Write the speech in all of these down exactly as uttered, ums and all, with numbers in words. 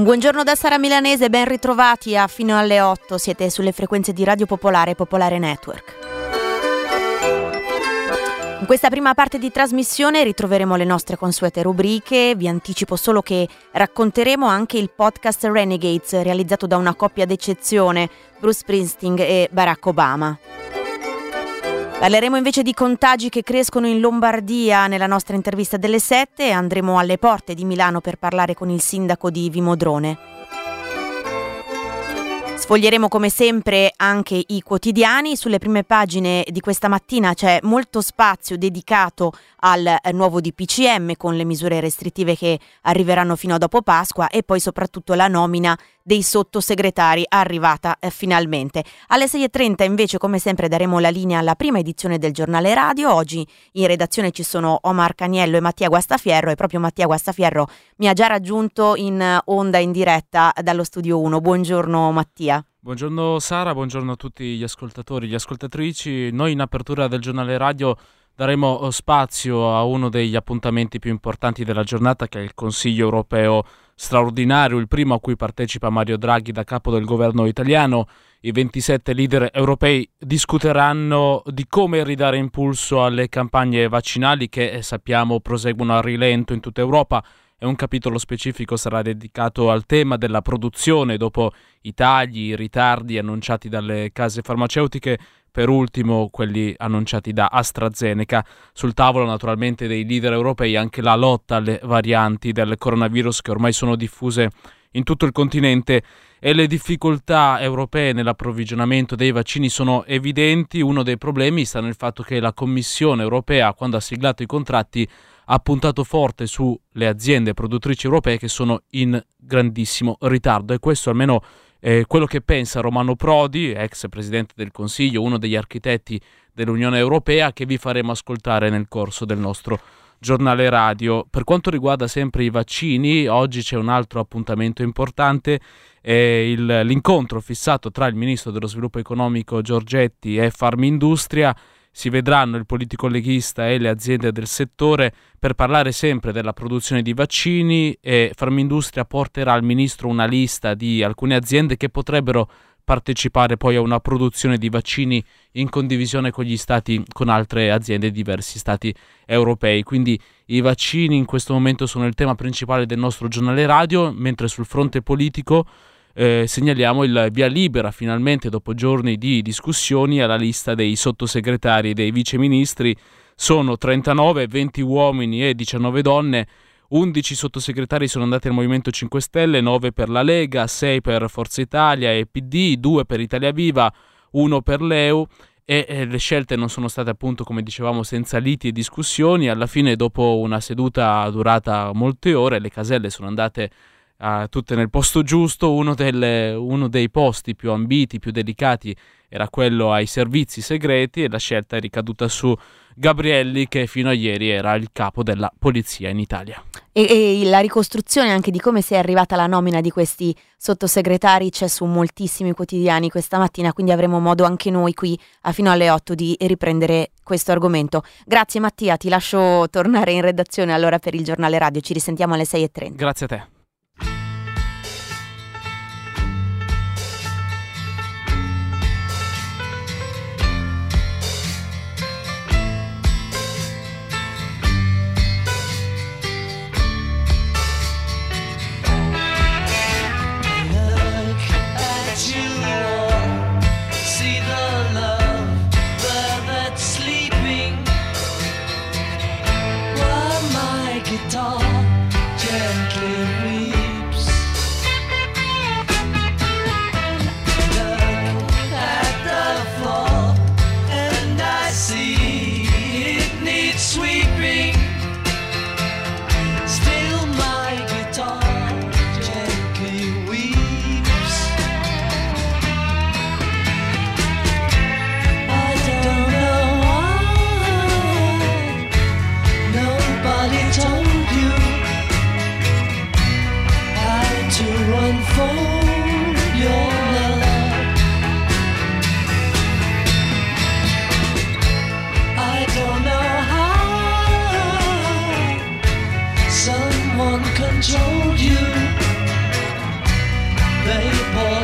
Un buongiorno da Sara Milanese, ben ritrovati a fino alle otto, siete sulle frequenze di Radio Popolare e Popolare Network. In questa prima parte di trasmissione ritroveremo le nostre consuete rubriche, vi anticipo solo che racconteremo anche il podcast Renegades realizzato da una coppia d'eccezione, Bruce Springsteen e Barack Obama. Parleremo invece di contagi che crescono in Lombardia nella nostra intervista delle sette e andremo alle porte di Milano per parlare con il sindaco di Vimodrone. Sfoglieremo come sempre anche i quotidiani. Sulle prime pagine di questa mattina c'è molto spazio dedicato al nuovo D P C M con le misure restrittive che arriveranno fino a dopo Pasqua e poi soprattutto la nomina dei sottosegretari arrivata eh, finalmente. Alle sei e trenta invece come sempre daremo la linea alla prima edizione del giornale radio. Oggi in redazione ci sono Omar Caniello e Mattia Guastafierro e proprio Mattia Guastafierro mi ha già raggiunto in onda in diretta dallo studio uno. Buongiorno Mattia. Buongiorno Sara, buongiorno a tutti gli ascoltatori, gli ascoltatrici. Noi in apertura del giornale radio daremo spazio a uno degli appuntamenti più importanti della giornata, che è il Consiglio europeo straordinario, il primo a cui partecipa Mario Draghi da capo del governo italiano. I ventisette leader europei discuteranno di come ridare impulso alle campagne vaccinali che sappiamo proseguono a rilento in tutta Europa. E un capitolo specifico sarà dedicato al tema della produzione dopo i tagli, i ritardi annunciati dalle case farmaceutiche, per ultimo quelli annunciati da AstraZeneca. Sul tavolo naturalmente dei leader europei anche la lotta alle varianti del coronavirus che ormai sono diffuse in tutto il continente e le difficoltà europee nell'approvvigionamento dei vaccini sono evidenti. Uno dei problemi sta nel fatto che la Commissione europea, quando ha siglato i contratti, ha puntato forte sulle aziende produttrici europee che sono in grandissimo ritardo, e questo almeno è quello che pensa Romano Prodi, ex presidente del Consiglio, uno degli architetti dell'Unione Europea, che vi faremo ascoltare nel corso del nostro giornale radio. Per quanto riguarda sempre i vaccini, oggi c'è un altro appuntamento importante, è il, l'incontro fissato tra il ministro dello sviluppo economico Giorgetti e Farmindustria. Si vedranno il politico leghista e le aziende del settore per parlare sempre della produzione di vaccini, e Farmindustria porterà al ministro una lista di alcune aziende che potrebbero partecipare poi a una produzione di vaccini in condivisione con gli stati, con altre aziende di diversi stati europei. Quindi i vaccini in questo momento sono il tema principale del nostro giornale radio, mentre sul fronte politico Eh, segnaliamo il via libera finalmente dopo giorni di discussioni alla lista dei sottosegretari e dei viceministri. Sono trentanove, venti uomini e diciannove donne. undici sottosegretari sono andati al Movimento cinque Stelle, nove per la Lega, sei per Forza Italia e P D, due per Italia Viva, uno per l'E U. E eh, le scelte non sono state, appunto, come dicevamo, senza liti e discussioni. Alla fine, dopo una seduta durata molte ore, le caselle sono andate Uh, tutte nel posto giusto. Uno, delle, uno dei posti più ambiti, più delicati era quello ai servizi segreti, e la scelta è ricaduta su Gabrielli, che fino a ieri era il capo della polizia in Italia. E, e la ricostruzione anche di come sia arrivata la nomina di questi sottosegretari c'è su moltissimi quotidiani questa mattina, quindi avremo modo anche noi qui a fino alle otto di riprendere questo argomento. Grazie Mattia, ti lascio tornare in redazione allora per il giornale radio, ci risentiamo alle sei e trenta. Grazie a te.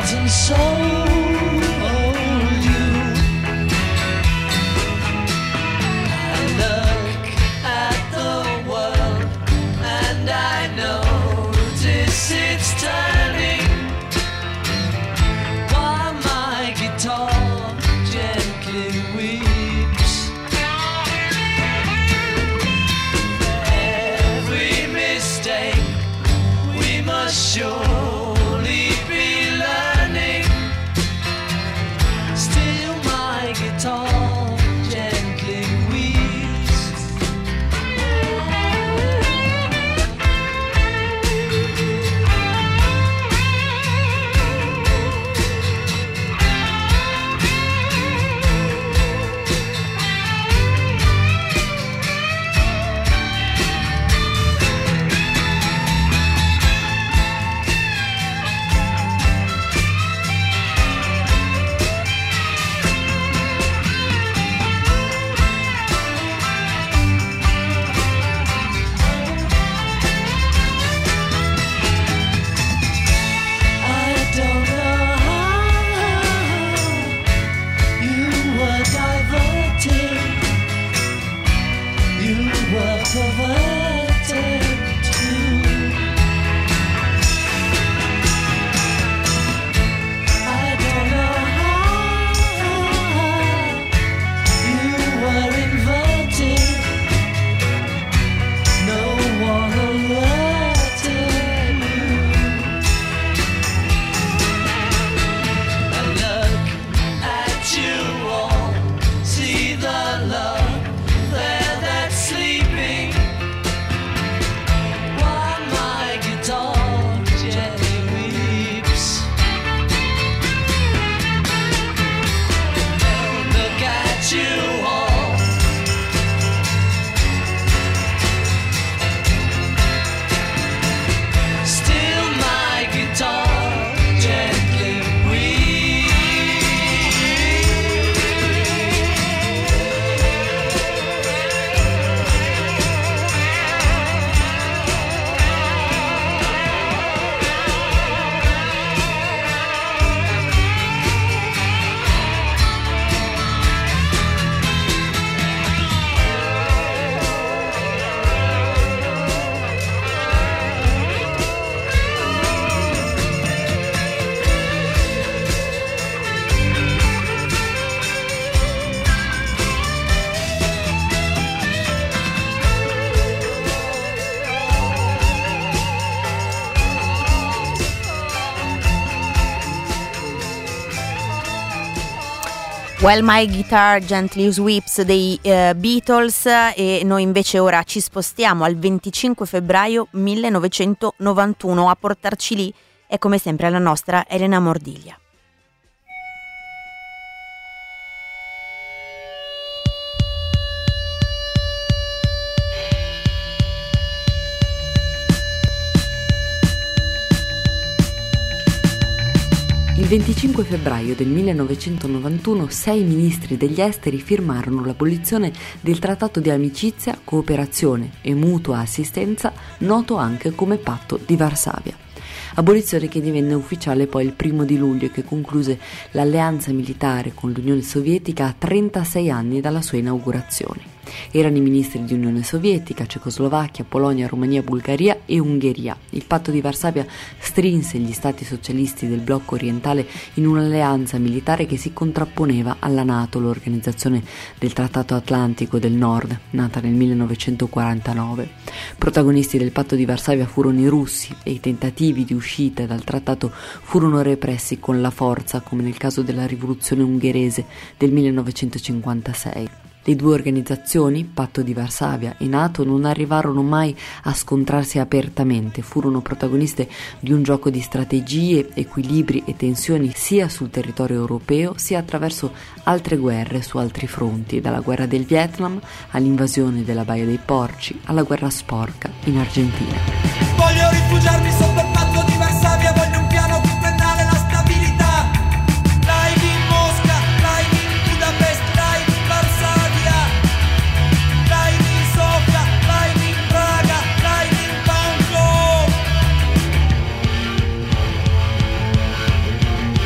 heart and soul. Surely be learning. Still my guitar gently weeps. While My Guitar Gently Weeps dei uh, Beatles, e noi invece ora ci spostiamo al venticinque febbraio millenovecentonovantuno. A portarci lì è come sempre la nostra Elena Mordiglia. Il venticinque febbraio del millenovecentonovantuno sei ministri degli esteri firmarono l'abolizione del Trattato di amicizia, cooperazione e mutua assistenza, noto anche come Patto di Varsavia. Abolizione che divenne ufficiale poi il primo di luglio e che concluse l'alleanza militare con l'Unione Sovietica a trentasei anni dalla sua inaugurazione. Erano i ministri di Unione Sovietica, Cecoslovacchia, Polonia, Romania, Bulgaria e Ungheria. Il Patto di Varsavia strinse gli stati socialisti del blocco orientale in un'alleanza militare che si contrapponeva alla NATO, l'organizzazione del Trattato Atlantico del Nord, nata nel millenovecentoquarantanove. Protagonisti del Patto di Varsavia furono i russi e i tentativi di uscita dal trattato furono repressi con la forza, come nel caso della rivoluzione ungherese del millenovecentocinquantasei. Le due organizzazioni, Patto di Varsavia e NATO, non arrivarono mai a scontrarsi apertamente, furono protagoniste di un gioco di strategie, equilibri e tensioni sia sul territorio europeo sia attraverso altre guerre su altri fronti, dalla guerra del Vietnam all'invasione della Baia dei Porci alla guerra sporca in Argentina. Voglio rifugiarmi sotto il Patto di Varsavia, voglio un piano quinquennale, la stabilità. Live in Mosca, live in Budapest, live in Varsavia, live in Sofia, live in Praga, live in Bangkok.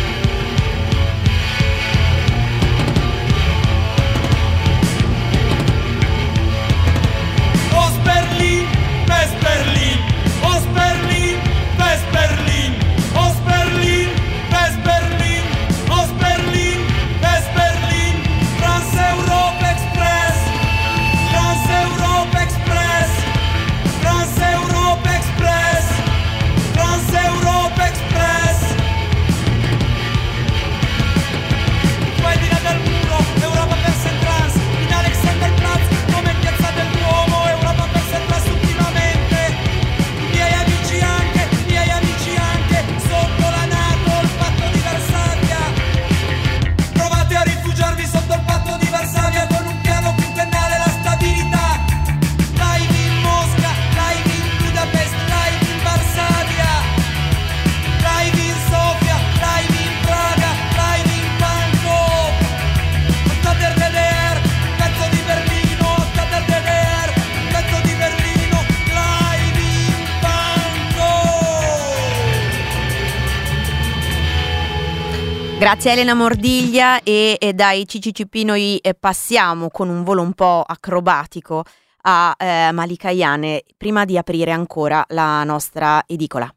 Grazie a Elena Mordiglia e, e dai C C C P noi eh, passiamo con un volo un po' acrobatico a eh, Malika Ayane prima di aprire ancora la nostra edicola.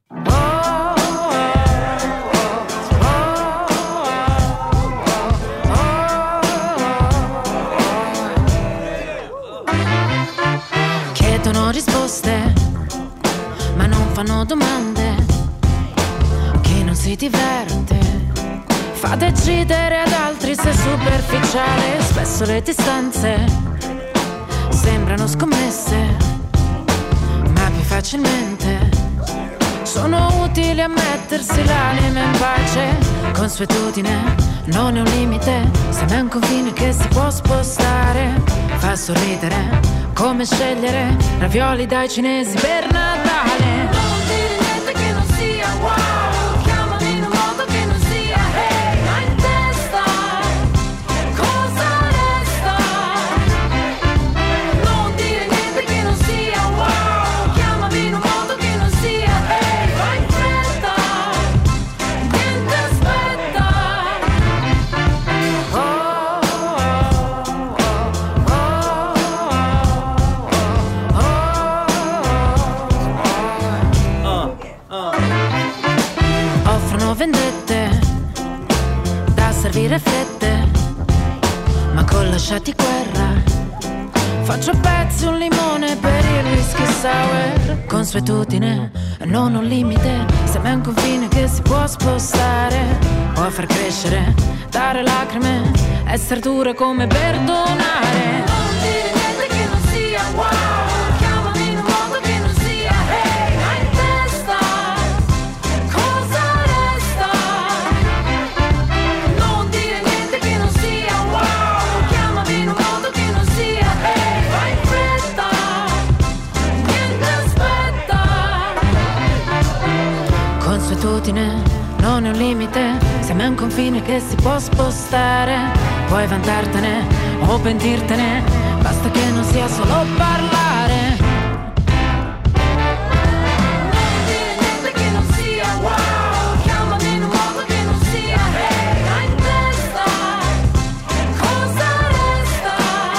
Chiedono risposte, ma non fanno domande. Chi non si diverte fa decidere ad altri se è superficiale. Spesso le distanze sembrano scommesse, ma più facilmente sono utili a mettersi l'anima in pace. Consuetudine non è un limite, se non è un confine che si può spostare. Fa sorridere come scegliere ravioli dai cinesi per Natale. Non dire niente che non sia wow, chiamami in un modo che non sia hey, ma in testa cosa resta? Non dire niente che non sia wow, chiamami in un modo che non sia hey, ma in fretta, niente aspetta. Oh, offrono vendette da servire fredde, ma con lasciati guerra. Faccio pezzi un limone per il whisky sour. Consuetudine non un limite, se è un confine che si può spostare. Può far crescere, dare lacrime, essere dure come perdonare. Non dire niente che non sia wow, chiamami in un modo che non sia hey, ma in testa cosa resta? Non dire niente che non sia wow, chiamami in un modo che non sia hey, ma in fretta, niente aspetta. Consuetudine non è un limite, se è un confine che si può spostare. Puoi vantartene o pentirtene, basta che non sia solo parlare. Non dire niente che non sia wow, chiamami in un modo che non sia hey, ma in testa cosa resta?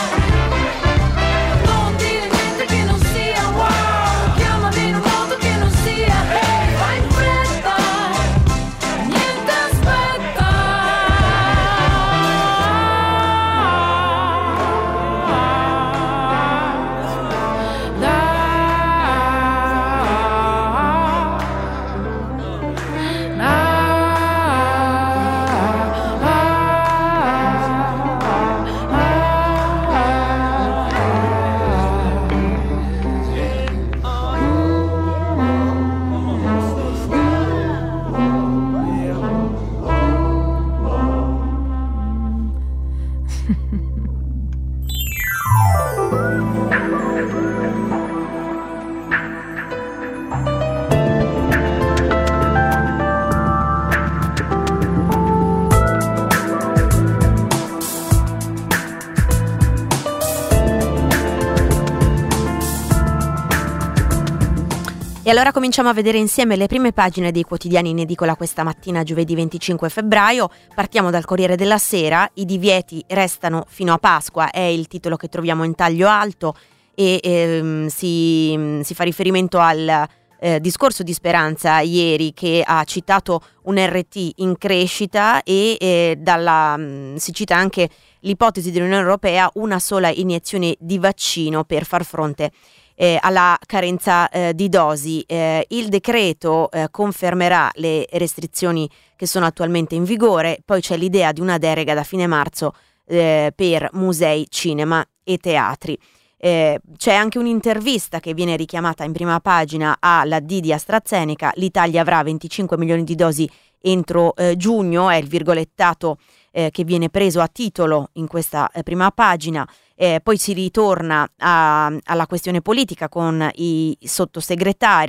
Non dire niente che non sia wow, chiamami in un modo che non sia hey, ma in fretta, niente aspetta. E allora cominciamo a vedere insieme le prime pagine dei quotidiani in edicola questa mattina, giovedì venticinque febbraio. Partiamo dal Corriere della Sera. I divieti restano fino a Pasqua, è il titolo che troviamo in taglio alto e ehm, si, si fa riferimento al eh, discorso di Speranza ieri, che ha citato un R T in crescita e eh, dalla, mh, si cita anche l'ipotesi dell'Unione Europea, una sola iniezione di vaccino per far fronte Eh, alla carenza eh, di dosi. Eh, il decreto eh, confermerà le restrizioni che sono attualmente in vigore, poi c'è l'idea di una deroga da fine marzo eh, per musei, cinema e teatri. Eh, c'è anche un'intervista che viene richiamata in prima pagina alla D di AstraZeneca. L'Italia avrà venticinque milioni di dosi entro eh, giugno, è il virgolettato eh, che viene preso a titolo in questa eh, prima pagina. Eh, poi si ritorna a, alla questione politica con i sottosegretari.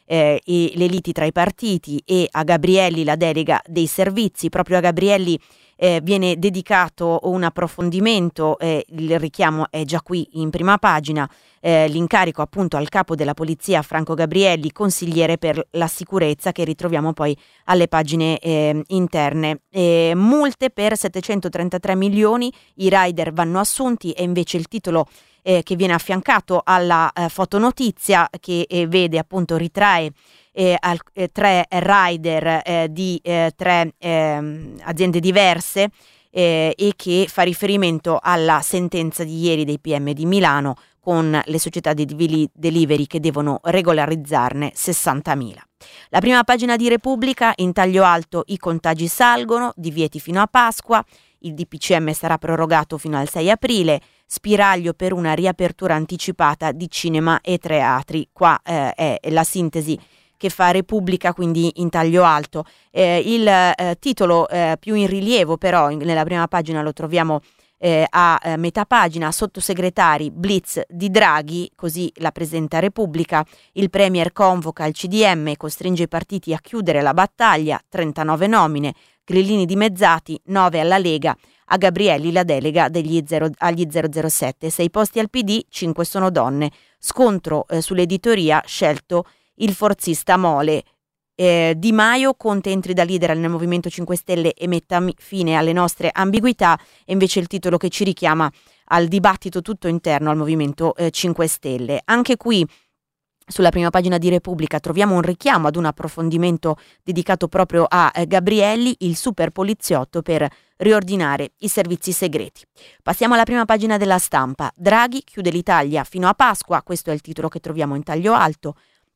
eh, e le liti tra i partiti, e a Gabrielli la delega dei servizi. Proprio a Gabrielli eh, viene dedicato un approfondimento, eh, il richiamo è già qui in prima pagina, eh, l'incarico appunto al capo della polizia Franco Gabrielli, consigliere per la sicurezza, che ritroviamo poi alle pagine eh, interne. Eh, multe per settecentotrentatré milioni, i rider vanno assunti, e invece il titolo eh, che viene affiancato alla eh, fotonotizia, che eh, vede appunto ritrae Eh, al, eh, tre rider eh, di eh, tre eh, aziende diverse eh, e che fa riferimento alla sentenza di ieri dei P M di Milano con le società di delivery che devono regolarizzarne sessantamila. La prima pagina di Repubblica: in taglio alto i contagi salgono, divieti fino a Pasqua, il D P C M sarà prorogato fino al sei aprile, spiraglio per una riapertura anticipata di cinema e teatri. Qua eh, è la sintesi che fa Repubblica, quindi in taglio alto. Eh, il eh, titolo eh, più in rilievo però in, nella prima pagina lo troviamo eh, a eh, metà pagina: sottosegretari, blitz di Draghi, così la presenta Repubblica. Il Premier convoca il C D M e costringe i partiti a chiudere la battaglia, trentanove nomine, grillini dimezzati, nove alla Lega, a Gabrielli la delega degli zero, agli zero zero sette, sei posti al P D, cinque sono donne, scontro eh, sull'editoria, scelto il forzista Mole. Eh, Di Maio: Conte entri da leader nel Movimento cinque Stelle e metta fine alle nostre ambiguità, e invece il titolo che ci richiama al dibattito tutto interno al Movimento eh, cinque Stelle. Anche qui sulla prima pagina di Repubblica troviamo un richiamo ad un approfondimento dedicato proprio a eh, Gabrielli, il super poliziotto per riordinare i servizi segreti. Passiamo alla prima pagina della Stampa: Draghi chiude l'Italia fino a Pasqua, questo è il titolo che troviamo in taglio alto.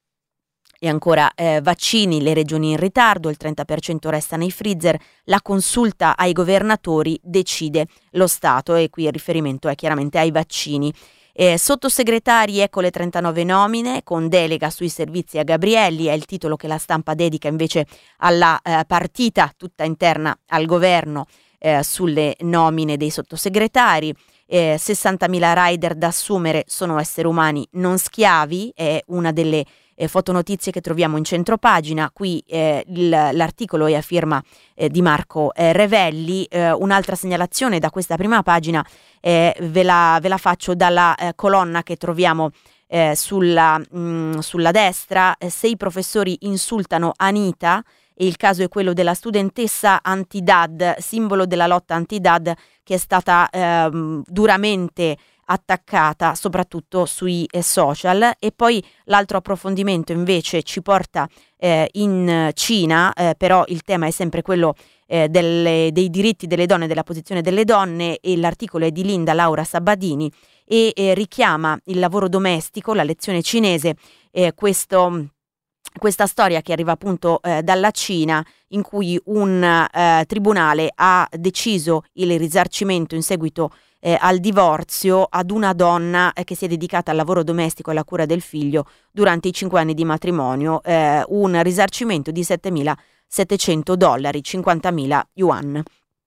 E ancora eh, vaccini, le regioni in ritardo, il trenta per cento resta nei freezer, la consulta ai governatori, decide lo Stato, e qui il riferimento è chiaramente ai vaccini. Eh, sottosegretari, ecco le trentanove nomine, con delega sui servizi a Gabrielli, è il titolo che la Stampa dedica invece alla eh, partita tutta interna al governo eh, sulle nomine dei sottosegretari. Eh, sessantamila rider da assumere, sono esseri umani non schiavi, è una delle eh, fotonotizie che troviamo in centropagina. Qui eh, il, l'articolo è a firma eh, di Marco eh, Revelli. Eh, un'altra segnalazione da questa prima pagina eh, ve, la, ve la faccio dalla eh, colonna che troviamo eh, sulla, mh, sulla destra. Eh, se i professori insultano Anita, e il caso è quello della studentessa anti-D A D, simbolo della lotta anti-D A D, che è stata ehm, duramente attaccata soprattutto sui eh, social. E poi l'altro approfondimento invece ci porta eh, in Cina, eh, però il tema è sempre quello eh, delle, dei diritti delle donne, della posizione delle donne, e l'articolo è di Linda Laura Sabadini e eh, richiama il lavoro domestico, la lezione cinese, eh, questo... Questa storia che arriva appunto eh, dalla Cina, in cui un eh, tribunale ha deciso il risarcimento in seguito eh, al divorzio ad una donna eh, che si è dedicata al lavoro domestico e alla cura del figlio durante i cinque anni di matrimonio, eh, un risarcimento di settemilasettecento dollari, cinquantamila yuan.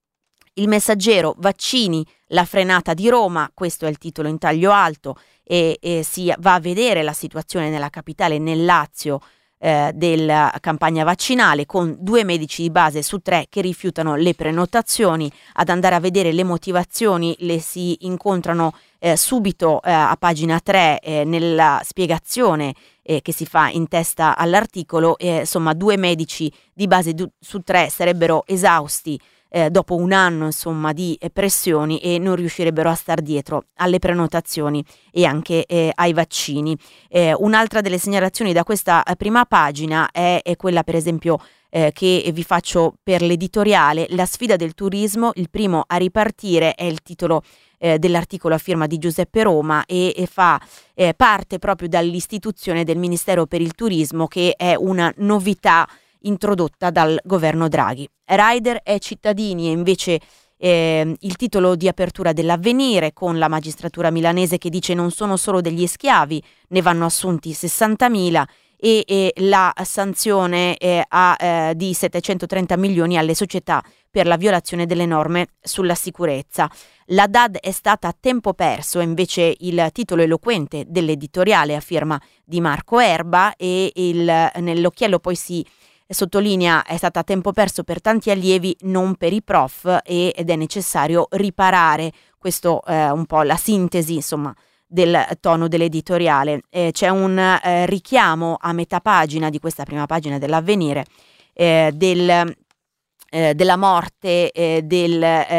Il Messaggero: vaccini, la frenata di Roma, questo è il titolo in taglio alto, e, e si va a vedere la situazione nella capitale, nel Lazio, eh, della campagna vaccinale, con due medici di base su tre che rifiutano le prenotazioni. Ad andare a vedere le motivazioni le si incontrano eh, subito eh, a pagina tre eh, nella spiegazione eh, che si fa in testa all'articolo. Eh, insomma, due medici di base du- su tre sarebbero esausti Eh, dopo un anno insomma di eh, pressioni, e non riuscirebbero a star dietro alle prenotazioni e anche eh, ai vaccini. Eh, un'altra delle segnalazioni da questa eh, prima pagina è, è quella per esempio eh, che vi faccio per l'editoriale: la sfida del turismo, il primo a ripartire, è il titolo eh, dell'articolo a firma di Giuseppe Roma, e, e fa eh, parte proprio dall'istituzione del Ministero per il Turismo, che è una novità introdotta dal governo Draghi. Rider e cittadini è invece eh, il titolo di apertura dell'Avvenire, con la magistratura milanese che dice: non sono solo degli schiavi, ne vanno assunti sessantamila, e, e la sanzione eh, a, eh, di settecentotrenta milioni alle società per la violazione delle norme sulla sicurezza. La D A D è stata a tempo perso, è invece il titolo eloquente dell'editoriale a firma di Marco Erba, e il, nell'occhiello poi si sottolinea: è stata a tempo perso per tanti allievi, non per i prof, e, ed è necessario riparare. Questo è eh, un po' la sintesi, insomma, del tono dell'editoriale. Eh, c'è un eh, richiamo a metà pagina di questa prima pagina dell'Avvenire eh, del Eh, della morte eh, del,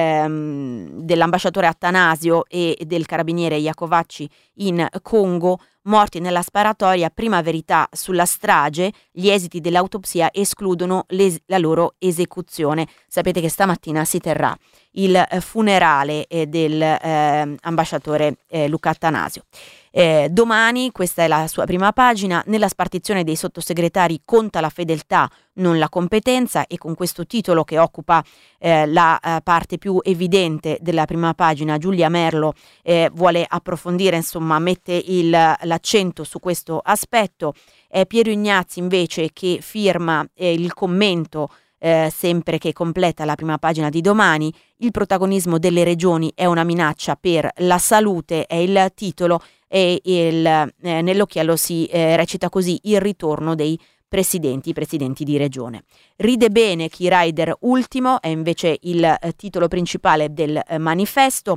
ehm, dell'ambasciatore Attanasio e del carabiniere Iacovacci in Congo, morti nella sparatoria. Prima verità sulla strage, gli esiti dell'autopsia escludono les- la loro esecuzione. Sapete che stamattina si terrà il eh, funerale eh, del eh, ambasciatore eh, Luca Attanasio. Eh, domani, questa è la sua prima pagina, nella spartizione dei sottosegretari conta la fedeltà, non la competenza, e con questo titolo che occupa eh, la eh, parte più evidente della prima pagina, Giulia Merlo eh, vuole approfondire, insomma, mette il, l'accento su questo aspetto. È Piero Ignazzi invece che firma eh, il commento Eh, sempre che completa la prima pagina di Domani. Il protagonismo delle regioni è una minaccia per la salute, è il titolo, e il, eh, nell'occhiello si eh, recita così: il ritorno dei presidenti, presidenti di regione. Ride bene chi rider ultimo è invece il eh, titolo principale del eh, manifesto,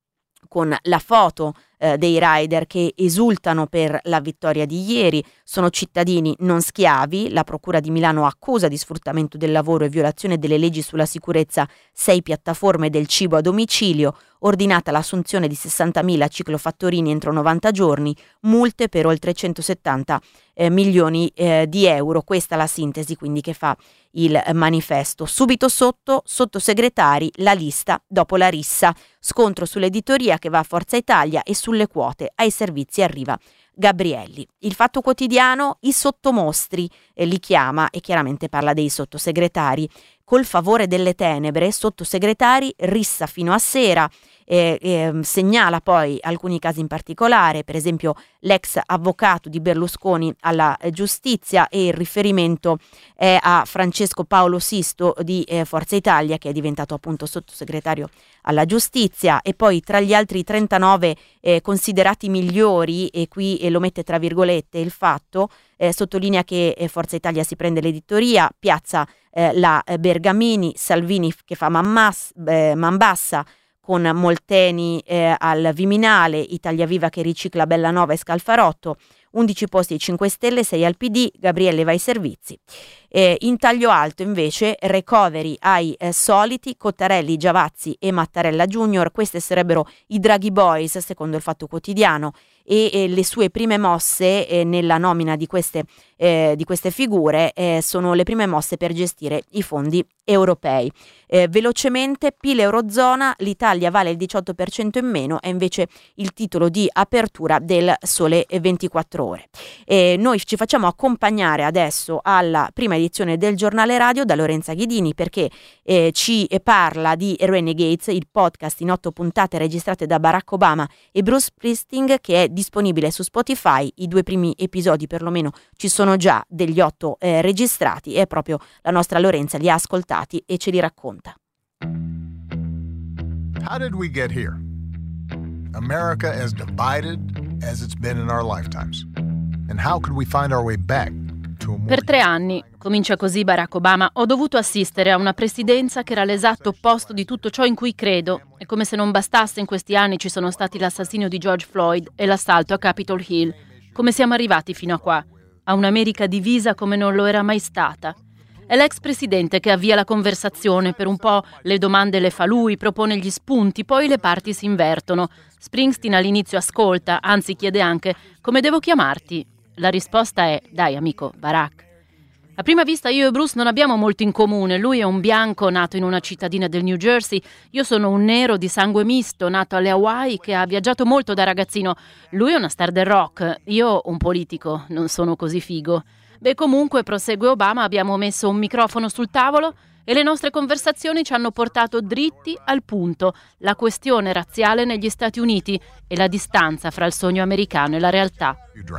con la foto eh, dei rider che esultano per la vittoria di ieri. Sono cittadini, non schiavi. La Procura di Milano accusa di sfruttamento del lavoro e violazione delle leggi sulla sicurezza sei piattaforme del cibo a domicilio. Ordinata l'assunzione di sessantamila ciclofattorini entro novanta giorni, multe per oltre centosettanta eh, milioni eh, di euro. Questa è la sintesi quindi che fa il manifesto. Subito sotto, sottosegretari, la lista dopo la rissa. Scontro sull'editoria che va a Forza Italia e sulle quote. Ai servizi arriva Gabrielli. Il Fatto Quotidiano, i sottomostri, eh, li chiama, e chiaramente parla dei sottosegretari. Col favore delle tenebre, sottosegretari, rissa fino a sera. Eh, eh, segnala poi alcuni casi in particolare, per esempio l'ex avvocato di Berlusconi alla eh, giustizia, e il riferimento è a Francesco Paolo Sisto di eh, Forza Italia, che è diventato appunto sottosegretario alla giustizia. E poi tra gli altri trentanove eh, considerati migliori, e qui eh, lo mette tra virgolette, il Fatto eh, sottolinea che eh, Forza Italia si prende l'editoria, piazza eh, la eh, Bergamini, Salvini che fa mammas, eh, Mambassa, con Molteni eh, al Viminale, Italia Viva che ricicla Bellanova e Scalfarotto, undici posti ai cinque Stelle, sei al P D, Gabriele va ai servizi. Eh, in taglio alto invece recovery ai eh, soliti, Cottarelli, Giavazzi e Mattarella Junior. Queste sarebbero i Draghi Boys secondo il Fatto Quotidiano, e, e le sue prime mosse eh, nella nomina di queste, eh, di queste figure eh, sono le prime mosse per gestire i fondi europei. Eh, velocemente, P I L Eurozona, l'Italia vale il diciotto per cento in meno, è invece il titolo di apertura del Sole ventiquattro Ore. Eh, noi ci facciamo accompagnare adesso alla prima edizione del Giornale Radio da Lorenza Ghidini, perché eh, ci parla di Renegades, il podcast in otto puntate registrate da Barack Obama e Bruce Springsteen, che è disponibile su Spotify. I due primi episodi perlomeno ci sono già, degli otto eh, registrati, e proprio la nostra Lorenza li ha ascoltati e ce li racconta. How did we get here? America as divided as it's been in our lifetimes. And how could we find our way back to a more... Per tre anni, comincia così Barack Obama, ho dovuto assistere a una presidenza che era l'esatto opposto di tutto ciò in cui credo. E come se non bastasse, in questi anni ci sono stati l'assassinio di George Floyd e l'assalto a Capitol Hill. Come siamo arrivati fino a qua? A un'America divisa come non lo era mai stata. È l'ex presidente che avvia la conversazione, per un po' le domande le fa lui, propone gli spunti, poi le parti si invertono. Springsteen all'inizio ascolta, anzi chiede anche «Come devo chiamarti?» La risposta è «Dai amico, Barack». A prima vista io e Bruce non abbiamo molto in comune. Lui è un bianco nato in una cittadina del New Jersey, io sono un nero di sangue misto nato alle Hawaii che ha viaggiato molto da ragazzino. Lui è una star del rock, io un politico, non sono così figo. Beh, comunque, prosegue Obama, abbiamo messo un microfono sul tavolo. e le nostre conversazioni ci hanno portato dritti al punto, la questione razziale negli Stati Uniti e la distanza fra il sogno americano e la realtà.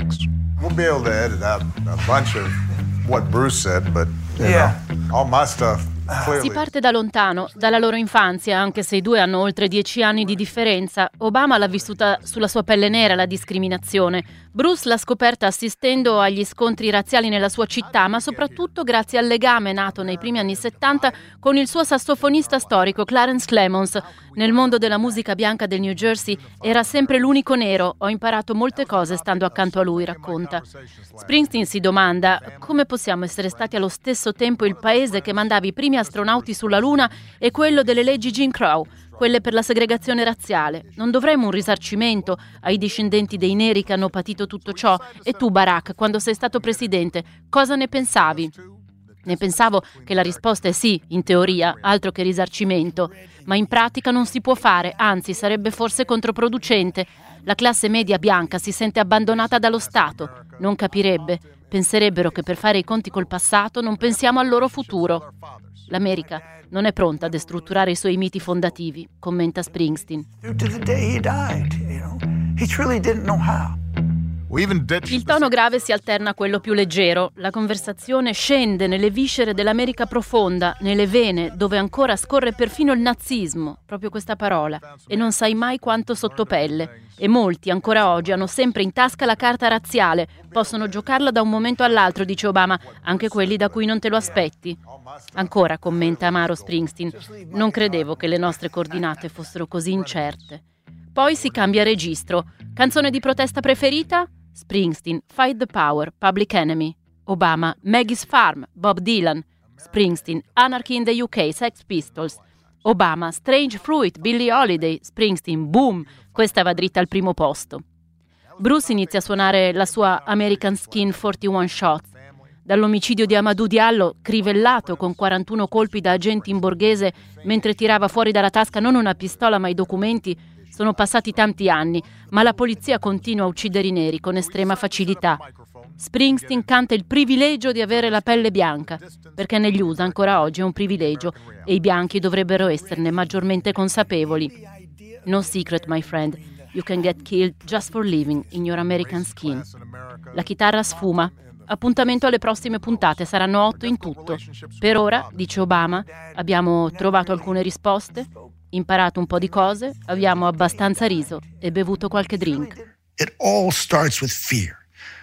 We'll be able to edit out a bunch of what Bruce said, but you Yeah. know, all my stuff clearly. Si parte da lontano, dalla loro infanzia, anche se i due hanno oltre dieci anni di differenza. Obama l'ha vissuta sulla sua pelle nera, la discriminazione. Bruce l'ha scoperta assistendo agli scontri razziali nella sua città, ma soprattutto grazie al legame nato nei primi anni settanta con il suo sassofonista storico Clarence Clemons. Nel mondo della musica bianca del New Jersey era sempre l'unico nero. Ho imparato molte cose stando accanto a lui, racconta. Springsteen si domanda come possiamo essere stati allo stesso tempo il paese che mandava i primi astronauti sulla Luna e quello delle leggi Jim Crow, quelle per la segregazione razziale. Non dovremmo un risarcimento ai discendenti dei neri che hanno patito tutto ciò? E tu, Barack, quando sei stato presidente, cosa ne pensavi? Ne pensavo che la risposta è sì, in teoria, altro che risarcimento, ma in pratica non si può fare, anzi sarebbe forse controproducente. La classe media bianca si sente abbandonata dallo Stato, non capirebbe, penserebbero che per fare i conti col passato non pensiamo al loro futuro. L'America non è pronta a destrutturare i suoi miti fondativi, commenta Springsteen. To the day he died, you know. He truly didn't know how. We even ditched Il tono grave si alterna a quello più leggero. La conversazione scende nelle viscere dell'America profonda, nelle vene dove ancora scorre perfino il nazismo, proprio questa parola, e non sai mai quanto sottopelle. E molti ancora oggi hanno sempre in tasca la carta razziale, possono giocarla da un momento all'altro, dice Obama, anche quelli da cui non te lo aspetti. Ancora, commenta amaro Springsteen, non credevo che le nostre coordinate fossero così incerte. Poi si cambia registro. Canzone di protesta preferita? Springsteen, Fight the Power, Public Enemy. Obama, Maggie's Farm, Bob Dylan. Springsteen, Anarchy in the U K, Sex Pistols. Obama, Strange Fruit, Billie Holiday. Springsteen, boom, questa va dritta al primo posto. Bruce inizia a suonare la sua American Skin quarantuno Shots. Dall'omicidio di Amadou Diallo, crivellato con quarantuno colpi da agenti in borghese mentre tirava fuori dalla tasca non una pistola ma i documenti, sono passati tanti anni, ma la polizia continua a uccidere i neri con estrema facilità. Springsteen canta il privilegio di avere la pelle bianca, perché negli U S A ancora oggi è un privilegio e i bianchi dovrebbero esserne maggiormente consapevoli. No secret, my friend, you can get killed just for living in your American skin. La chitarra sfuma. Appuntamento alle prossime puntate, saranno otto in tutto. Per ora, dice Obama, abbiamo trovato alcune risposte, imparato un po' di cose, abbiamo abbastanza riso e bevuto qualche drink. It all starts with fear.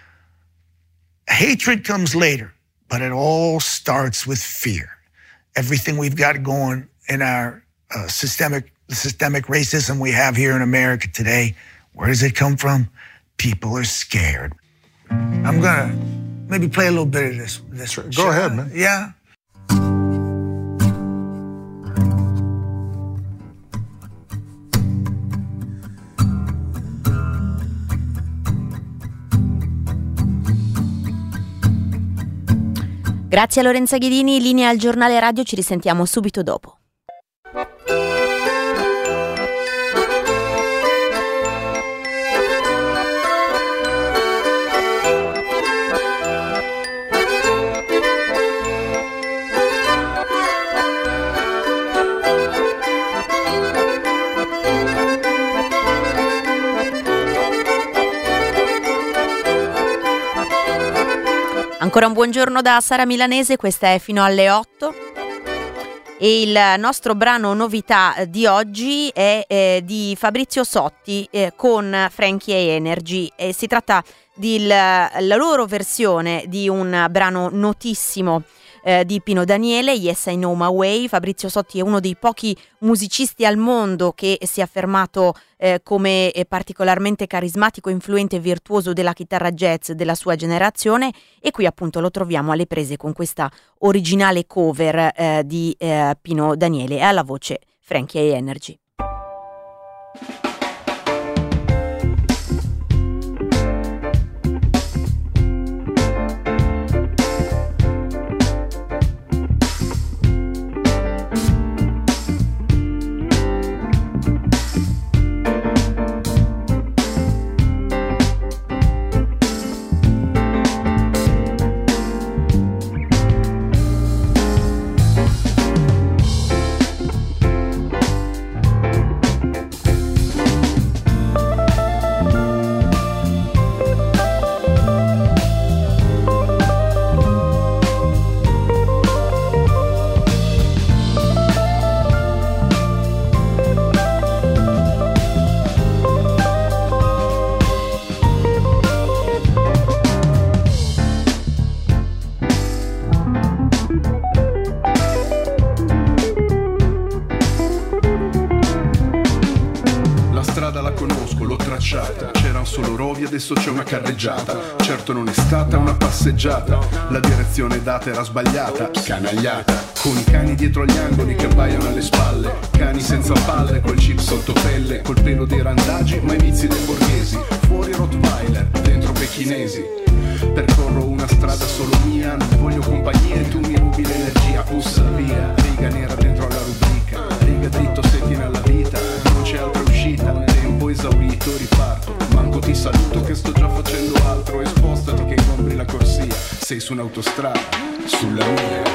Hatred comes later, but it all starts with fear. Everything we've got going in our uh, systemic, the systemic racism we have here in America today, where does it come from? People are scared. I'm gonna maybe play a little bit of this. this Go ahead, man. Yeah. Grazie a Lorenza Ghidini, linea al giornale radio, ci risentiamo subito dopo. Ancora un buongiorno da Sara Milanese, questa è Fino alle otto e il nostro brano novità di oggi è eh, di Fabrizio Sotti eh, con Frankie e Energy. E si tratta della loro versione di un brano notissimo eh, di Pino Daniele, Yes I Know My Way. Fabrizio Sotti è uno dei pochi musicisti al mondo che si è affermato eh, come eh, particolarmente carismatico, influente e virtuoso della chitarra jazz della sua generazione, e qui appunto lo troviamo alle prese con questa originale cover eh, di eh, Pino Daniele e alla voce Frankie e Energy. lasciata. C'eran solo rovi, adesso c'è una carreggiata. Certo non è stata una passeggiata, la direzione data era sbagliata. Canagliata, con i cani dietro agli angoli che abbaiano alle spalle. Cani senza palle, col chip sotto pelle, col pelo dei randagi, ma i vizi dei borghesi. Fuori Rottweiler, dentro pechinesi. Percorro una strada solo mia, non voglio compagnia e tu mi rubi l'energia. Ussa via, riga nera dentro alla rubrica. Riga dritto se tiene alla vita, non c'è altra uscita. Tempo esaurito, riparto. Manco ti saluto che sto già facendo altro. E spostati che ingombri la corsia. Sei su un'autostrada, sulla mia.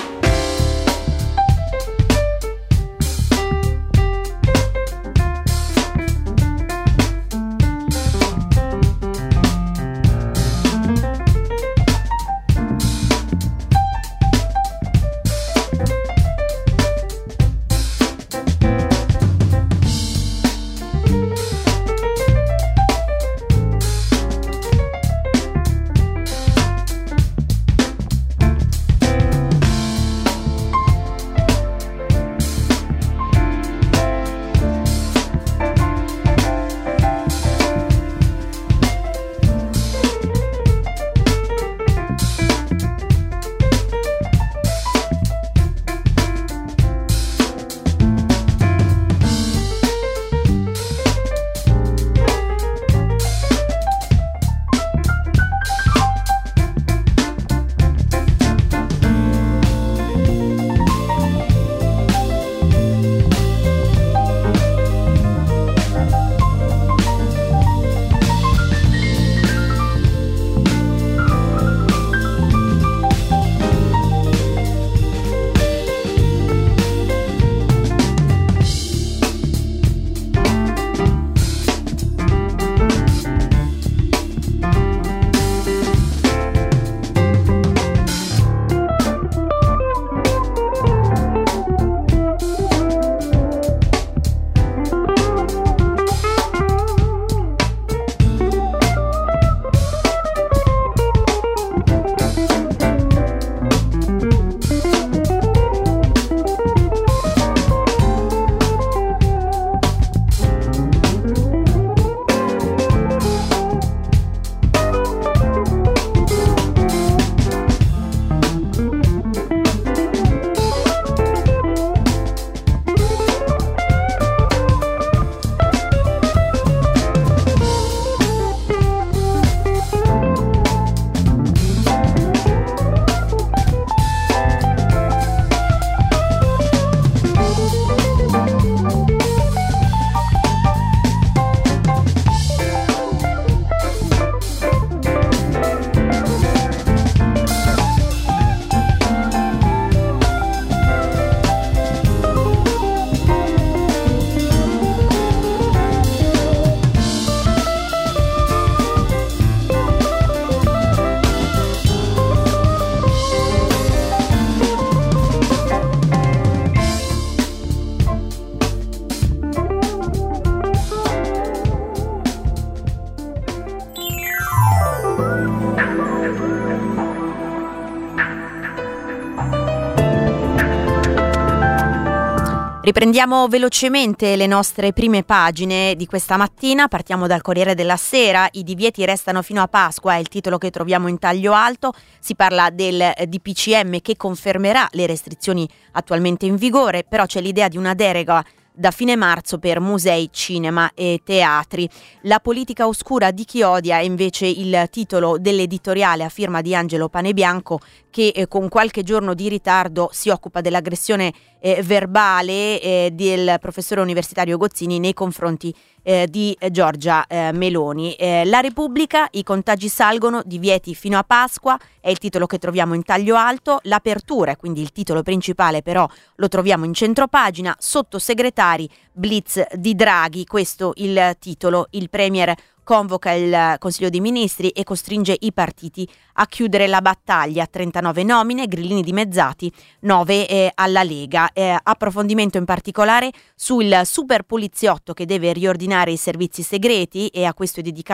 Riprendiamo velocemente le nostre prime pagine di questa mattina, partiamo dal Corriere della Sera. I divieti restano fino a Pasqua, è il titolo che troviamo in taglio alto. Si parla del D P C M che confermerà le restrizioni attualmente in vigore, però c'è l'idea di una deroga da fine marzo per musei, cinema e teatri. La politica oscura di chi odia è invece il titolo dell'editoriale a firma di Angelo Panebianco, che eh, con qualche giorno di ritardo si occupa dell'aggressione eh, verbale eh, del professore universitario Gozzini nei confronti eh, di Giorgia eh, Meloni. Eh, La Repubblica, i contagi salgono, divieti fino a Pasqua, è il titolo che troviamo in taglio alto. L'apertura, quindi il titolo principale, però lo troviamo in centropagina. Sottosegretari, blitz di Draghi, questo il titolo. Il premier convoca il Consiglio dei Ministri e costringe i partiti a chiudere la battaglia. trentanove nomine, grillini dimezzati, nove eh, alla Lega. Eh, approfondimento in particolare sul super poliziotto che deve riordinare i servizi segreti, e a questo è dedicato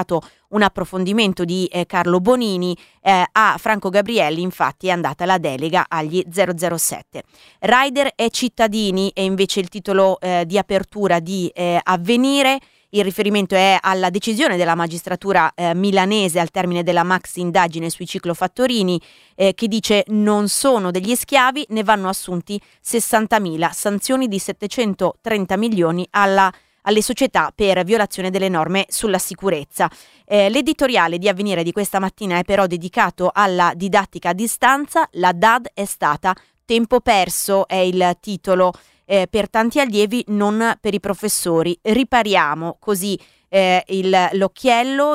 un approfondimento di eh, Carlo Bonini. Eh, a Franco Gabrielli infatti è andata la delega agli zero zero sette. Rider e cittadini è invece il titolo eh, di apertura di eh, Avvenire. Il riferimento è alla decisione della magistratura eh, milanese al termine della maxi indagine sui ciclofattorini eh, che dice non sono degli schiavi, ne vanno assunti sessantamila, sanzioni di settecentotrenta milioni alla alle società per violazione delle norme sulla sicurezza. Eh, l'editoriale di Avvenire di questa mattina è però dedicato alla didattica a distanza. La D A D è stata tempo perso, è il titolo eh, per tanti allievi, non per i professori. Ripariamo, così eh, il, l'occhiello,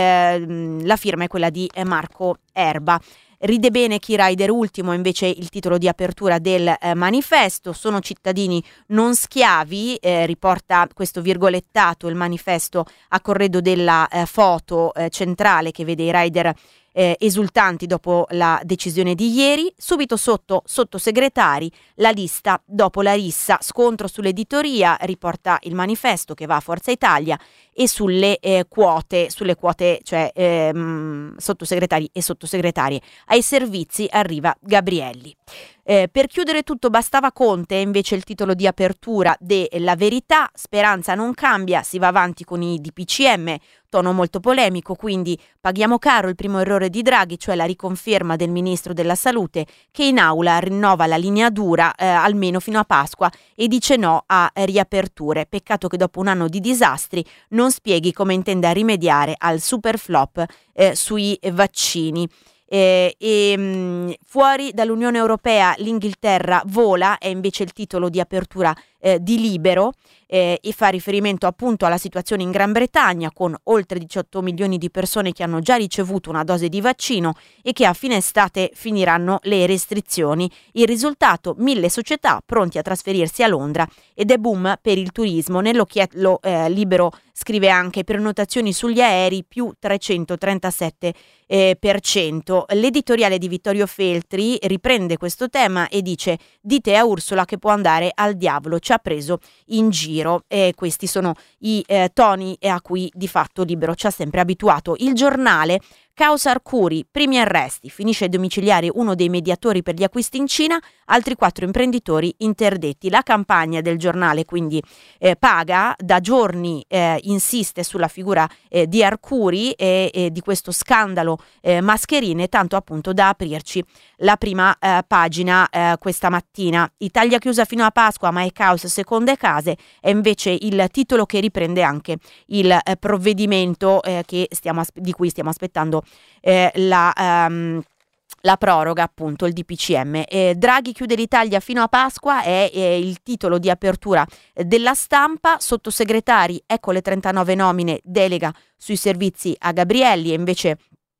il, la firma è quella di Marco Erba. Ride bene chi rider ultimo, invece il titolo di apertura del eh, manifesto. Sono cittadini non schiavi, eh, riporta questo virgolettato il manifesto a corredo della eh, foto eh, centrale che vede i rider eh, esultanti dopo la decisione di ieri. Subito sotto sottosegretari, la lista dopo la rissa, scontro sull'editoria, riporta il manifesto che va a Forza Italia, e sulle eh, quote, sulle quote, cioè ehm, sottosegretari e sottosegretarie. Ai servizi arriva Gabrielli. Eh, per chiudere tutto bastava Conte, è invece il titolo di apertura della Verità. Speranza non cambia, si va avanti con i D P C M, tono molto polemico, quindi paghiamo caro il primo errore di Draghi, cioè la riconferma del ministro della Salute che in aula rinnova la linea dura eh, almeno fino a Pasqua e dice no a riaperture. Peccato che dopo un anno di disastri non spieghi come intenda rimediare al super flop eh, sui vaccini. Eh, e mh, fuori dall'Unione Europea l'Inghilterra vola, è invece il titolo di apertura eh, di Libero, eh, e fa riferimento appunto alla situazione in Gran Bretagna, con oltre diciotto milioni di persone che hanno già ricevuto una dose di vaccino e che a fine estate finiranno le restrizioni. Il risultato: mille società pronti a trasferirsi a Londra ed è boom per il turismo. Nell'occhiello eh, Libero scrive anche prenotazioni sugli aerei più trecentotrentasette eh, per cento. L'editoriale di Vittorio Feltri riprende questo tema e dice: dite a Ursula che può andare al diavolo, ci ha preso in giro. E questi sono i eh, toni a cui di fatto Libero ci ha sempre abituato. Il Giornale: Caos Arcuri, primi arresti, finisce ai domiciliari uno dei mediatori per gli acquisti in Cina, altri quattro imprenditori interdetti. La campagna del Giornale quindi eh, paga, da giorni eh, insiste sulla figura eh, di Arcuri e, e di questo scandalo eh, mascherine, tanto appunto da aprirci la prima eh, pagina eh, questa mattina. Italia chiusa fino a Pasqua, ma è caos seconde case, è invece il titolo che riprende anche il eh, provvedimento eh, che stiamo as- di cui stiamo aspettando Eh, la, um, la proroga, appunto il D P C M. Eh, Draghi chiude l'Italia fino a Pasqua è, è il titolo di apertura della Stampa. Sottosegretari, ecco le trentanove nomine, delega sui servizi a Gabrielli, e invece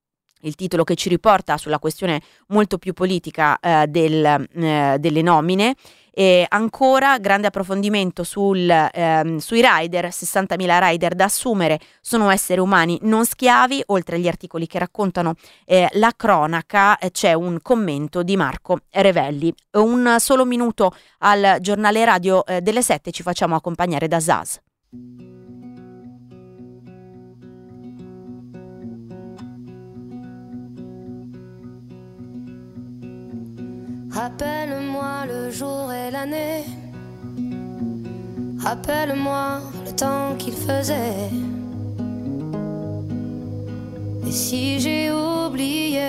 il titolo che ci riporta sulla questione molto più politica eh, del, eh, delle nomine. E ancora grande approfondimento sul, ehm, sui rider, sessantamila rider da assumere, sono esseri umani non schiavi. Oltre agli articoli che raccontano eh, la cronaca eh, c'è un commento di Marco Revelli. Un solo minuto al giornale radio eh, delle sette, ci facciamo accompagnare da Zaz. Rappelle-moi le jour et l'année, rappelle-moi le temps qu'il faisait. Et si j'ai oublié,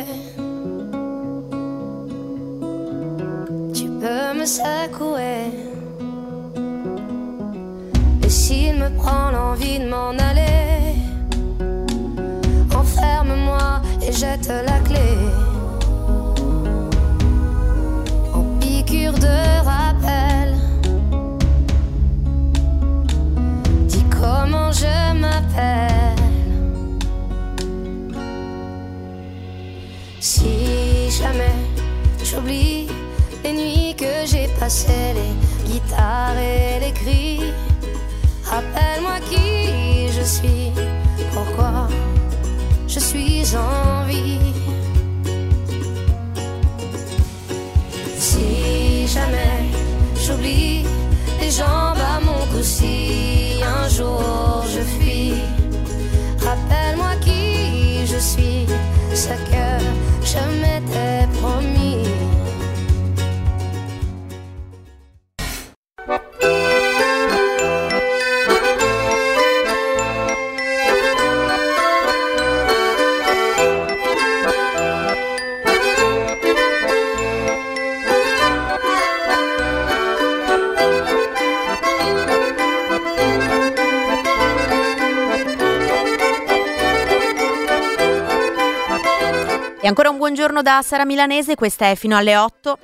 tu peux me secouer. Et s'il me prend l'envie de m'en aller, enferme-moi et jette la clé. De rappel, dis comment je m'appelle. Si jamais j'oublie les nuits que j'ai passées, les guitares et les cris, rappelle-moi qui je suis, pourquoi je suis en vie. Si jamais j'oublie les jambes à mon cou, si un jour je fuis, rappelle-moi qui E ancora un buongiorno da Sara Milanese, questa è Fino alle otto.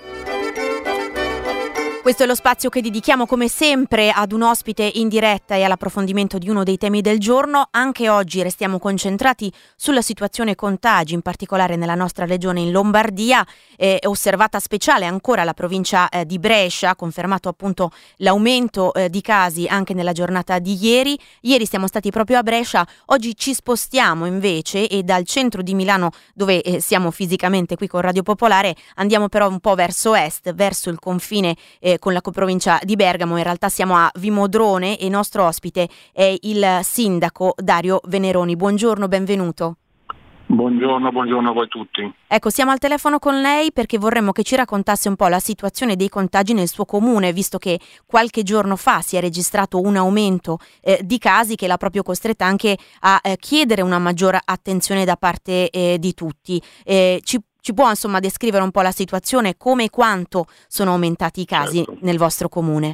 Questo è lo spazio che dedichiamo come sempre ad un ospite in diretta e all'approfondimento di uno dei temi del giorno. Anche oggi restiamo concentrati sulla situazione contagi, in particolare nella nostra regione in Lombardia. È osservata speciale ancora la provincia eh, di Brescia, confermato appunto l'aumento eh, di casi anche nella giornata di ieri. Ieri siamo stati proprio a Brescia, oggi ci spostiamo invece e dal centro di Milano, dove eh, siamo fisicamente qui con Radio Popolare, andiamo però un po' verso est, verso il confine eh, con la provincia di Bergamo. In realtà siamo a Vimodrone e il nostro ospite è il sindaco Dario Veneroni. Buongiorno, benvenuto. Buongiorno, buongiorno a voi tutti. Ecco, siamo al telefono con lei perché vorremmo che ci raccontasse un po' la situazione dei contagi nel suo comune, visto che qualche giorno fa si è registrato un aumento eh, di casi che l'ha proprio costretta anche a eh, chiedere una maggiore attenzione da parte eh, di tutti. Eh, ci Ci può insomma descrivere un po' la situazione, come e quanto sono aumentati i casi certo. nel vostro comune?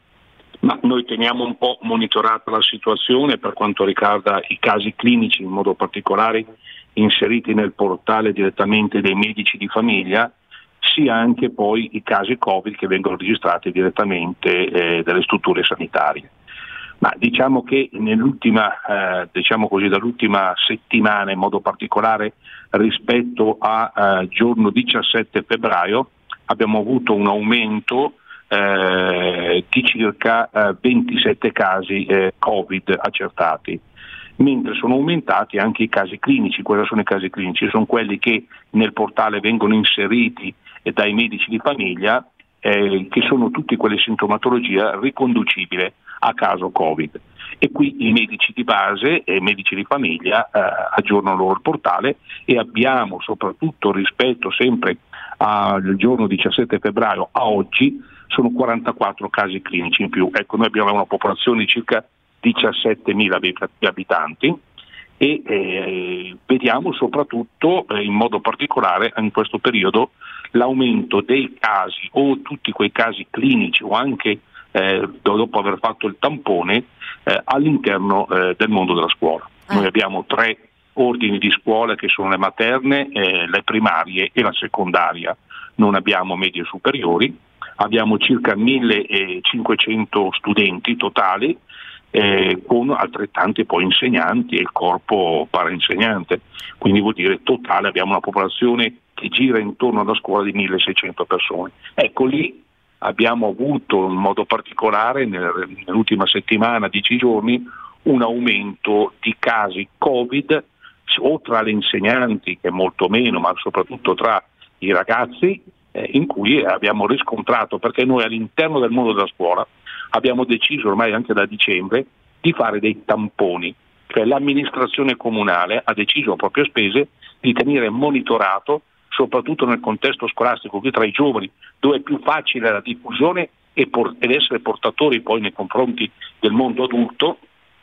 Ma noi teniamo un po' monitorata la situazione per quanto riguarda i casi clinici, in modo particolare inseriti nel portale direttamente dei medici di famiglia, sia anche poi i casi Covid che vengono registrati direttamente eh, dalle strutture sanitarie. Ma diciamo che nell'ultima, eh, diciamo così, dall'ultima settimana in modo particolare rispetto a eh, giorno diciassette febbraio abbiamo avuto un aumento eh, di circa eh, ventisette casi eh, Covid accertati, mentre sono aumentati anche i casi clinici. Cosa sono i casi clinici? Sono quelli che nel portale vengono inseriti eh, dai medici di famiglia, eh, che sono tutte quelle sintomatologie riconducibili a caso Covid. E qui i medici di base e i medici di famiglia eh, aggiornano loro il portale e abbiamo, soprattutto rispetto sempre al giorno diciassette febbraio a oggi, sono quarantaquattro casi clinici in più. Ecco, noi abbiamo una popolazione di circa diciassettemila abitanti e eh, vediamo soprattutto eh, in modo particolare in questo periodo l'aumento dei casi o tutti quei casi clinici o anche Eh, dopo aver fatto il tampone eh, all'interno eh, del mondo della scuola. Ah. Noi abbiamo tre ordini di scuole che sono le materne, eh, le primarie e la secondaria, non abbiamo medie superiori, abbiamo circa millecinquecento studenti totali eh, con altrettanti poi insegnanti e il corpo parainsegnante, quindi vuol dire totale abbiamo una popolazione che gira intorno alla scuola di milleseicento persone. Ecco, lì abbiamo avuto in modo particolare nell'ultima settimana, dieci giorni, un aumento di casi Covid o tra le insegnanti, che è molto meno, ma soprattutto tra i ragazzi, eh, in cui abbiamo riscontrato, perché noi all'interno del mondo della scuola abbiamo deciso ormai anche da dicembre di fare dei tamponi, cioè l'amministrazione comunale ha deciso a proprie spese di tenere monitorato, soprattutto nel contesto scolastico, qui tra i giovani, dove è più facile la diffusione e por- ed essere portatori poi nei confronti del mondo adulto,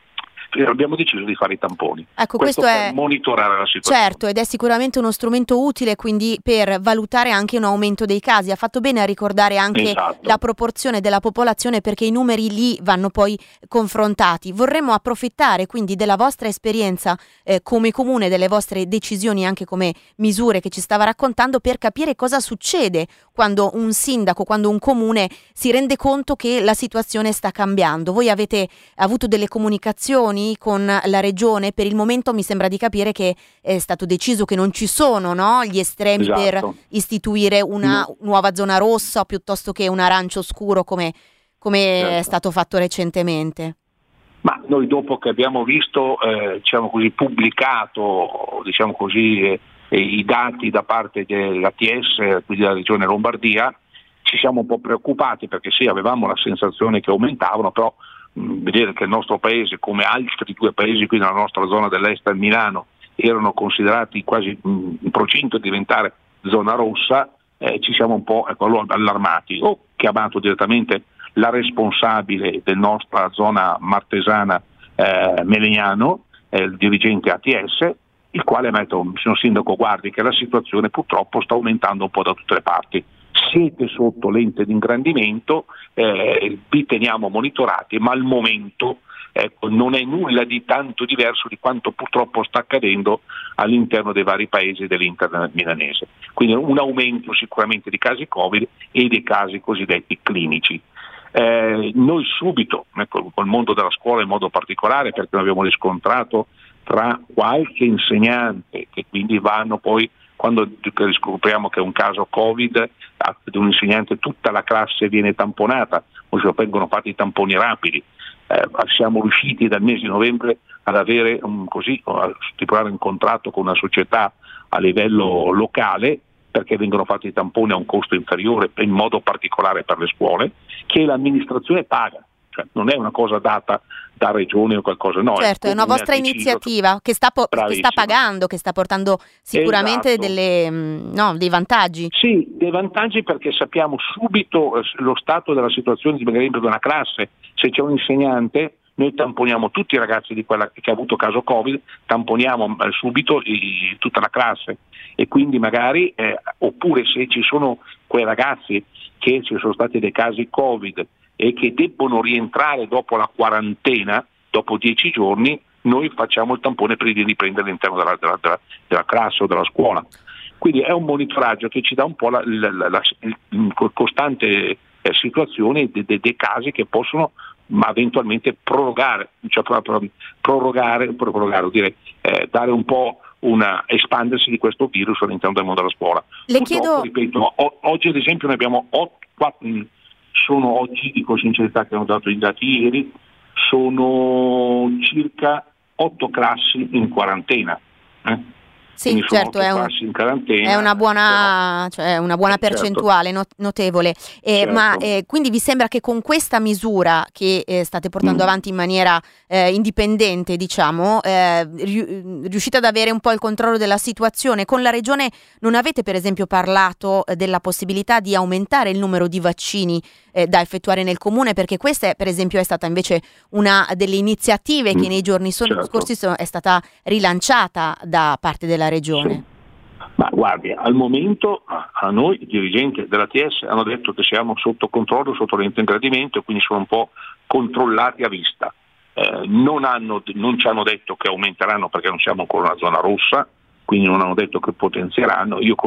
abbiamo deciso di fare i tamponi. Ecco, questo, questo per è monitorare la situazione. Certo, ed è sicuramente uno strumento utile quindi per valutare anche un aumento dei casi. Ha fatto bene a ricordare anche esatto. la proporzione della popolazione, perché i numeri lì vanno poi confrontati. Vorremmo approfittare quindi della vostra esperienza eh, come comune, delle vostre decisioni anche come misure che ci stava raccontando, per capire cosa succede quando un sindaco, quando un comune si rende conto che la situazione sta cambiando. Voi avete avuto delle comunicazioni con la regione? Per il momento mi sembra di capire che è stato deciso che non ci sono, no, gli estremi esatto. per istituire una no. nuova zona rossa piuttosto che un arancio scuro come, come certo. è stato fatto recentemente. Ma noi, dopo che abbiamo visto eh, diciamo così pubblicato diciamo così eh, i dati da parte dell'A T S, quindi della regione Lombardia, ci siamo un po' preoccupati, perché sì, avevamo la sensazione che aumentavano, però mh, vedere che il nostro paese, come altri due paesi qui nella nostra zona dell'est, Milano, erano considerati quasi mh, in procinto di diventare zona rossa, eh, ci siamo un po' ecco, allarmati. Ho chiamato direttamente la responsabile della nostra zona martesana, eh, Melegnano, eh, il dirigente A T S, il quale mi ha detto: signor sindaco, guardi che la situazione purtroppo sta aumentando un po' da tutte le parti, siete sotto lente di ingrandimento, eh, vi teniamo monitorati, ma al momento ecco, non è nulla di tanto diverso di quanto purtroppo sta accadendo all'interno dei vari paesi dell'Internet milanese. Quindi un aumento sicuramente di casi Covid e dei casi cosiddetti clinici. Eh, noi subito, ecco, col mondo della scuola in modo particolare, perché l'abbiamo riscontrato tra qualche insegnante che quindi vanno poi, quando scopriamo che è un caso Covid di un insegnante, tutta la classe viene tamponata, o se vengono fatti i tamponi rapidi. Eh, siamo riusciti dal mese di novembre ad avere un, così, a stipulare un contratto con una società a livello locale, perché vengono fatti i tamponi a un costo inferiore, in modo particolare per le scuole, che l'amministrazione paga, cioè non è una cosa data da regione o qualcosa, no. Certo, è una vostra iniziativa che sta, po- che sta pagando, che sta portando sicuramente esatto. delle, no, dei vantaggi. Sì, dei vantaggi, perché sappiamo subito lo stato della situazione di magari di una classe. Se c'è un insegnante, noi tamponiamo tutti i ragazzi di quella che ha avuto caso Covid, tamponiamo subito i, tutta la classe, e quindi magari, eh, oppure se ci sono quei ragazzi che ci sono stati dei casi Covid e che debbono rientrare dopo la quarantena, dopo dieci giorni, noi facciamo il tampone per riprendere all'interno della, della, della, della classe o della scuola. Quindi è un monitoraggio che ci dà un po' la, la, la, la, la costante eh, situazione dei de, de casi che possono ma eventualmente prorogare, cioè prorogare, prorogare dire, eh, dare un po' una espandersi di questo virus all'interno del mondo della scuola. Le Purtroppo, chiedo... ripeto, o, oggi ad esempio noi abbiamo otto, quattro, sono oggi, dico sincerità che hanno dato i dati ieri, sono circa otto classi in quarantena. Eh? Sì, certo, è, un, è una buona, cioè una buona percentuale, certo. notevole. Eh, certo. Ma eh, quindi vi sembra che con questa misura che eh, state portando mm. avanti in maniera eh, indipendente, diciamo, eh, riuscite ad avere un po' il controllo della situazione? Con la Regione non avete per esempio parlato eh, della possibilità di aumentare il numero di vaccini eh, da effettuare nel comune? Perché questa per esempio è stata invece una delle iniziative mm. che nei giorni so- certo. scorsi sono, è stata rilanciata da parte della Regione. Sì. Ma guardi, al momento a noi i dirigenti della T S hanno detto che siamo sotto controllo, sotto lento ingradimento, quindi sono un po' controllati a vista. Eh, non, hanno, non ci hanno detto che aumenteranno, perché non siamo ancora una zona rossa, quindi non hanno detto che potenzieranno. Io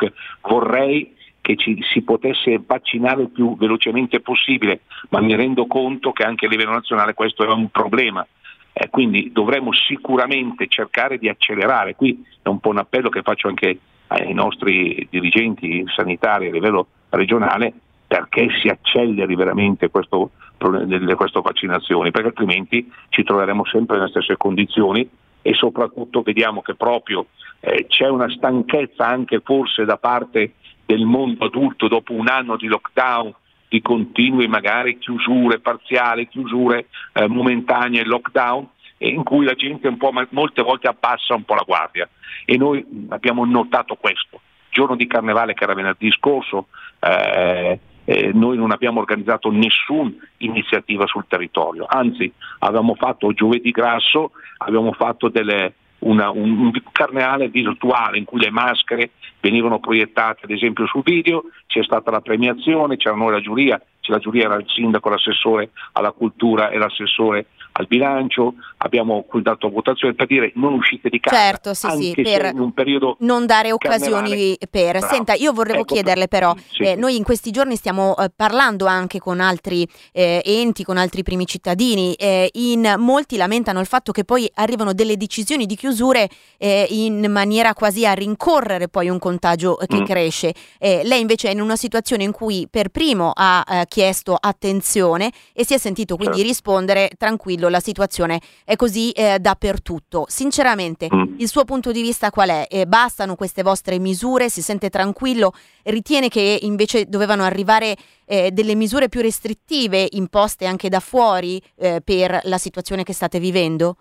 vorrei che ci si potesse vaccinare il più velocemente possibile, ma mi rendo conto che anche a livello nazionale questo è un problema. Eh, quindi dovremo sicuramente cercare di accelerare. Qui è un po' un appello che faccio anche ai nostri dirigenti sanitari a livello regionale, perché si acceleri veramente questo, queste vaccinazioni, perché altrimenti ci troveremo sempre nelle stesse condizioni, e soprattutto vediamo che proprio eh, c'è una stanchezza anche forse da parte del mondo adulto dopo un anno di lockdown, di continue magari chiusure parziali, chiusure eh, momentanee, lockdown, e in cui la gente un po' molte volte abbassa un po' la guardia, e noi abbiamo notato questo. Giorno di Carnevale, che era venerdì scorso, eh, eh, noi non abbiamo organizzato nessuna iniziativa sul territorio, anzi avevamo fatto giovedì grasso, abbiamo fatto delle Una, un, un carnevale virtuale in cui le maschere venivano proiettate ad esempio sul video, c'è stata la premiazione, c'era noi la giuria, c'è la giuria era il sindaco, l'assessore alla cultura e l'assessore al bilancio, abbiamo dato votazione per dire non uscite di casa, certo, sì, anche sì, per in un periodo non dare occasioni per. Bravo. Senta, io volevo ecco, chiederle però, sì. eh, noi in questi giorni stiamo eh, parlando anche con altri eh, enti, con altri primi cittadini, eh, in molti lamentano il fatto che poi arrivano delle decisioni di chiusure eh, in maniera quasi a rincorrere poi un contagio che mm. cresce. Eh, lei invece è in una situazione in cui per primo ha eh, chiesto attenzione e si è sentito quindi certo. rispondere tranquillo, la situazione è così eh, dappertutto. Sinceramente, mm. il suo punto di vista qual è? Eh, bastano queste vostre misure? Si sente tranquillo? Ritiene che invece dovevano arrivare eh, delle misure più restrittive imposte anche da fuori eh, per la situazione che state vivendo?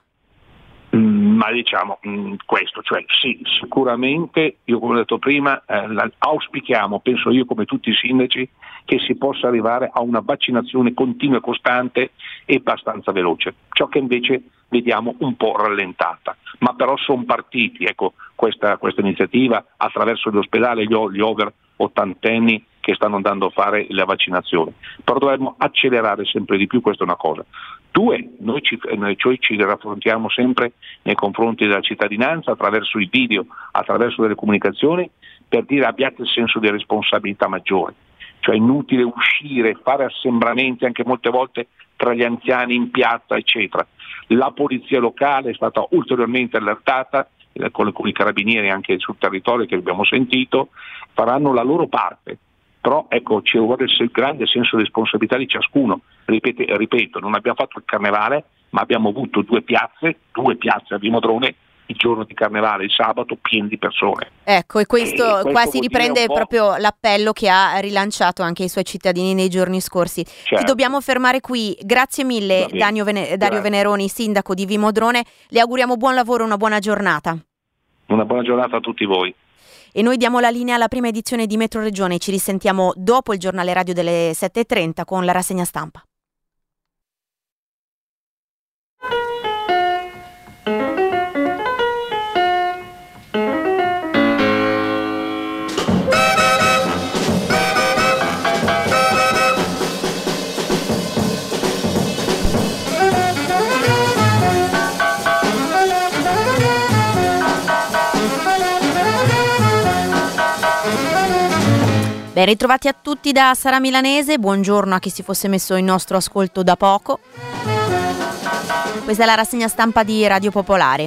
Mm, ma diciamo mm, questo, cioè sì, sicuramente, io come ho detto prima, eh, la, auspichiamo, penso io come tutti i sindaci, che si possa arrivare a una vaccinazione continua e costante e abbastanza veloce, ciò che invece vediamo un po' rallentata, ma però sono partiti, ecco, questa, questa iniziativa attraverso gli ospedali, gli, gli over ottantenni che stanno andando a fare le vaccinazioni, però dovremmo accelerare sempre di più, questa è una cosa. Due, noi ci, noi ci raffrontiamo sempre nei confronti della cittadinanza attraverso i video, attraverso delle comunicazioni, per dire abbiate il senso di responsabilità maggiore, cioè è inutile uscire, fare assembramenti anche molte volte tra gli anziani in piazza eccetera. La polizia locale è stata ulteriormente allertata, eh, con, con i carabinieri anche sul territorio che abbiamo sentito, faranno la loro parte. Però ecco, ci vuole il grande senso di responsabilità di ciascuno. Ripete, ripeto, non abbiamo fatto il carnevale, ma abbiamo avuto due piazze, due piazze a Vimodrone, il giorno di carnevale, il sabato, pieni di persone. Ecco, e questo, e questo qua si riprende po'... proprio l'appello che ha rilanciato anche i suoi cittadini nei giorni scorsi. Certo. Ci dobbiamo fermare qui. Grazie mille Dario, Vene- Dario Veneroni, sindaco di Vimodrone. Le auguriamo buon lavoro, una buona giornata. Una buona giornata a tutti voi. E noi diamo la linea alla prima edizione di Metro Regione. Ci risentiamo dopo il giornale radio delle sette e trenta con la rassegna stampa. Ben ritrovati a tutti da Sara Milanese, buongiorno a chi si fosse messo in nostro ascolto da poco. Questa è la rassegna stampa di Radio Popolare.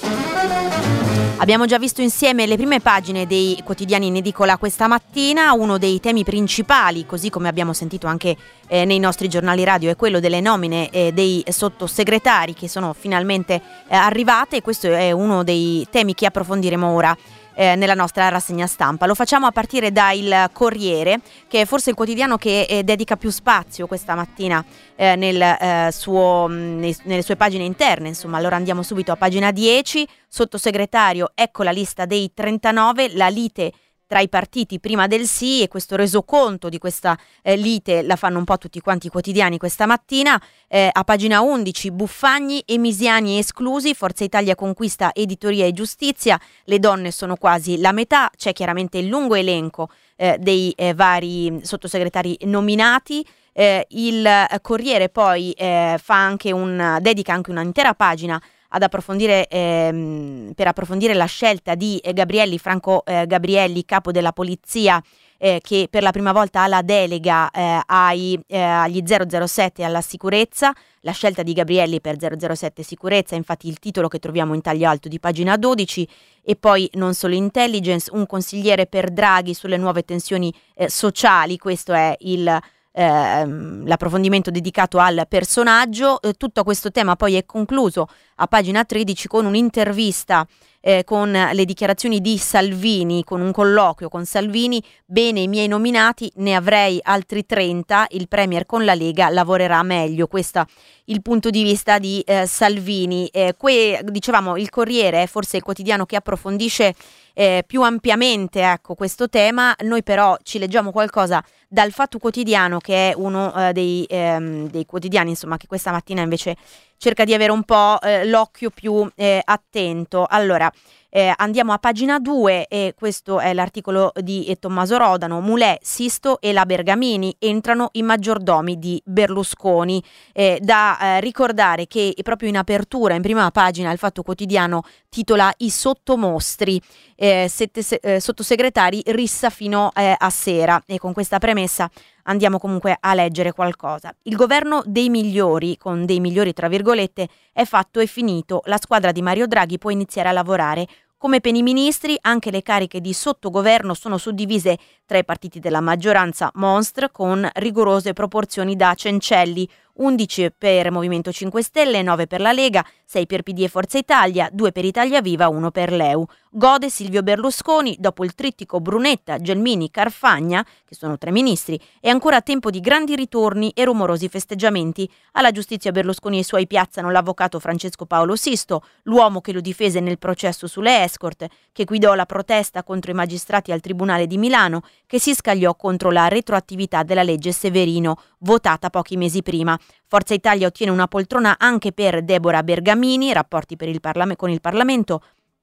Abbiamo già visto insieme le prime pagine dei quotidiani in edicola questa mattina. Uno dei temi principali, così come abbiamo sentito anche eh, nei nostri giornali radio, è quello delle nomine eh, dei sottosegretari che sono finalmente eh, arrivate. Questo è uno dei temi che approfondiremo ora Eh, nella nostra rassegna stampa. Lo facciamo a partire da Il Corriere, che è forse il quotidiano che eh, dedica più spazio questa mattina eh, nel, eh, suo, nei, nelle sue pagine interne. Insomma, allora andiamo subito a pagina dieci. Sottosegretario, ecco la lista dei trentanove, la lite tra i partiti prima del sì, e questo resoconto di questa eh, lite la fanno un po' tutti quanti i quotidiani questa mattina. Eh, a pagina undici, Buffagni e Misiani esclusi, Forza Italia conquista editoria e giustizia, le donne sono quasi la metà, c'è chiaramente il lungo elenco eh, dei eh, vari sottosegretari nominati. Eh, il Corriere poi eh, fa anche un, dedica anche un'intera pagina ad approfondire ehm, per approfondire la scelta di eh, Gabrielli, Franco eh, Gabrielli, capo della polizia, eh, che per la prima volta ha la delega eh, ai, eh, agli zero zero sette e alla sicurezza. La scelta di Gabrielli per zero zero sette sicurezza, infatti il titolo che troviamo in taglio alto di pagina dodici. E poi non solo intelligence, un consigliere per Draghi sulle nuove tensioni eh, sociali, questo è il Eh, l'approfondimento dedicato al personaggio. Eh, tutto questo tema poi è concluso a pagina tredici con un'intervista eh, con le dichiarazioni di Salvini, con un colloquio con Salvini. Bene i miei nominati, ne avrei altri trenta, il premier con la Lega lavorerà meglio. Questo il punto di vista di eh, Salvini. Eh, que, dicevamo, il Corriere è forse il quotidiano che approfondisce eh, più ampiamente ecco, questo tema. Noi però ci leggiamo qualcosa dal Fatto Quotidiano, che è uno eh, dei, ehm, dei quotidiani insomma che questa mattina invece cerca di avere un po' eh, l'occhio più eh, attento. Allora eh, andiamo a pagina due, e questo è l'articolo di eh, Tommaso Rodano. Mulè, Sisto e la Bergamini entrano i maggiordomi di Berlusconi. Eh, da eh, ricordare che proprio in apertura, in prima pagina, il Fatto Quotidiano titola I sottomostri, eh, sette, eh, sottosegretari rissa fino eh, a sera, e con questa premessa andiamo comunque a leggere qualcosa. Il governo dei migliori, con dei migliori tra virgolette, è fatto e finito. La squadra di Mario Draghi può iniziare a lavorare. Come per i ministri, anche le cariche di sottogoverno sono suddivise tra i partiti della maggioranza monstre, con rigorose proporzioni da Cencelli: undici per Movimento cinque Stelle, nove per la Lega, sei per P D e Forza Italia, due per Italia Viva, uno per l'E U. Gode Silvio Berlusconi dopo il trittico Brunetta, Gelmini, Carfagna, che sono tre ministri. È ancora tempo di grandi ritorni e rumorosi festeggiamenti. Alla giustizia Berlusconi e i suoi piazzano l'avvocato Francesco Paolo Sisto, l'uomo che lo difese nel processo sulle escort, che guidò la protesta contro i magistrati al Tribunale di Milano, che si scagliò contro la retroattività della legge Severino, votata pochi mesi prima. Forza Italia ottiene una poltrona anche per Deborah Bergamini, rapporti per il Parlam- con il Parlamento.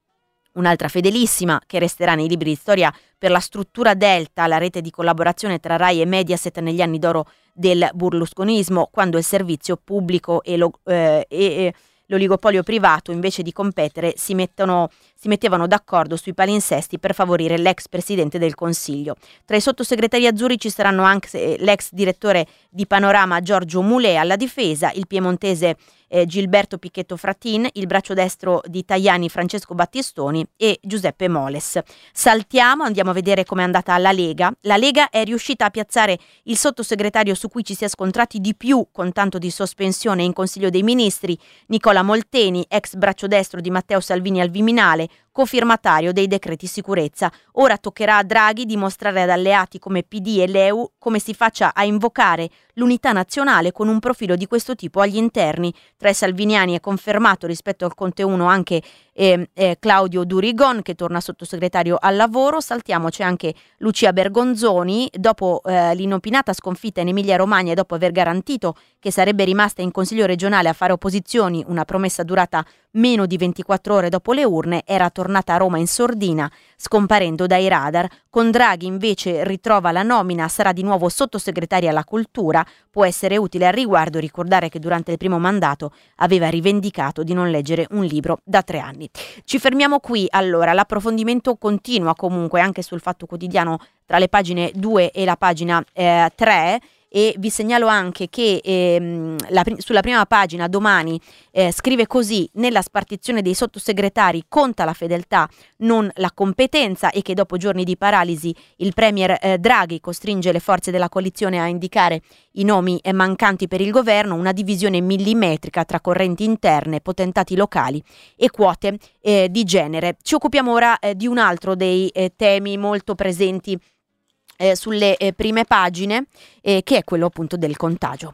Un'altra fedelissima che resterà nei libri di storia per la struttura Delta, la rete di collaborazione tra Rai e Mediaset negli anni d'oro del berlusconismo, quando il servizio pubblico e, lo, eh, e, e l'oligopolio privato, invece di competere, si, mettono, si mettevano d'accordo sui palinsesti per favorire l'ex presidente del Consiglio. Tra i sottosegretari azzurri ci saranno anche l'ex direttore di Panorama Giorgio Mulè alla difesa, il piemontese eh, Gilberto Picchetto Fratin, il braccio destro di Tajani Francesco Battistoni e Giuseppe Moles. Saltiamo, andiamo a vedere com'è andata la Lega. La Lega è riuscita a piazzare il sottosegretario su cui ci si è scontrati di più con tanto di sospensione in Consiglio dei Ministri, Nicola Molteni, ex braccio destro di Matteo Salvini al Viminale, cofirmatario dei decreti sicurezza. Ora toccherà a Draghi dimostrare ad alleati come P D e l'E U come si faccia a invocare l'unità nazionale con un profilo di questo tipo agli interni. Tra i salviniani è confermato rispetto al Conte uno anche eh, eh, Claudio Durigon, che torna sottosegretario al lavoro. Saltiamo, c'è anche Lucia Bergonzoni, dopo eh, l'inopinata sconfitta in Emilia Romagna e dopo aver garantito che sarebbe rimasta in Consiglio regionale a fare opposizioni, una promessa durata meno di ventiquattro ore dopo le urne, era tornata a Roma in sordina, scomparendo dai radar. Con Draghi invece ritrova la nomina, sarà di nuovo sottosegretaria alla cultura. Può essere utile al riguardo ricordare che durante il primo mandato aveva rivendicato di non leggere un libro da tre anni. Ci fermiamo qui, allora, l'approfondimento continua comunque anche sul Fatto Quotidiano tra le pagine due e la pagina eh, tre. E vi segnalo anche che ehm, la, sulla prima pagina Domani eh, scrive così: nella spartizione dei sottosegretari conta la fedeltà, non la competenza, e che dopo giorni di paralisi il premier eh, Draghi costringe le forze della coalizione a indicare i nomi eh, mancanti per il governo, una divisione millimetrica tra correnti interne, potentati locali e quote eh, di genere. Ci occupiamo ora eh, di un altro dei eh, temi molto presenti Eh, sulle eh, prime pagine, eh, che è quello appunto del contagio.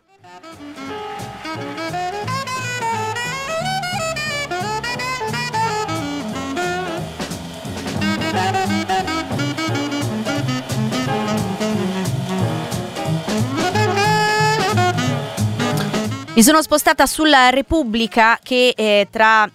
Mi sono spostata sulla Repubblica che eh, tra,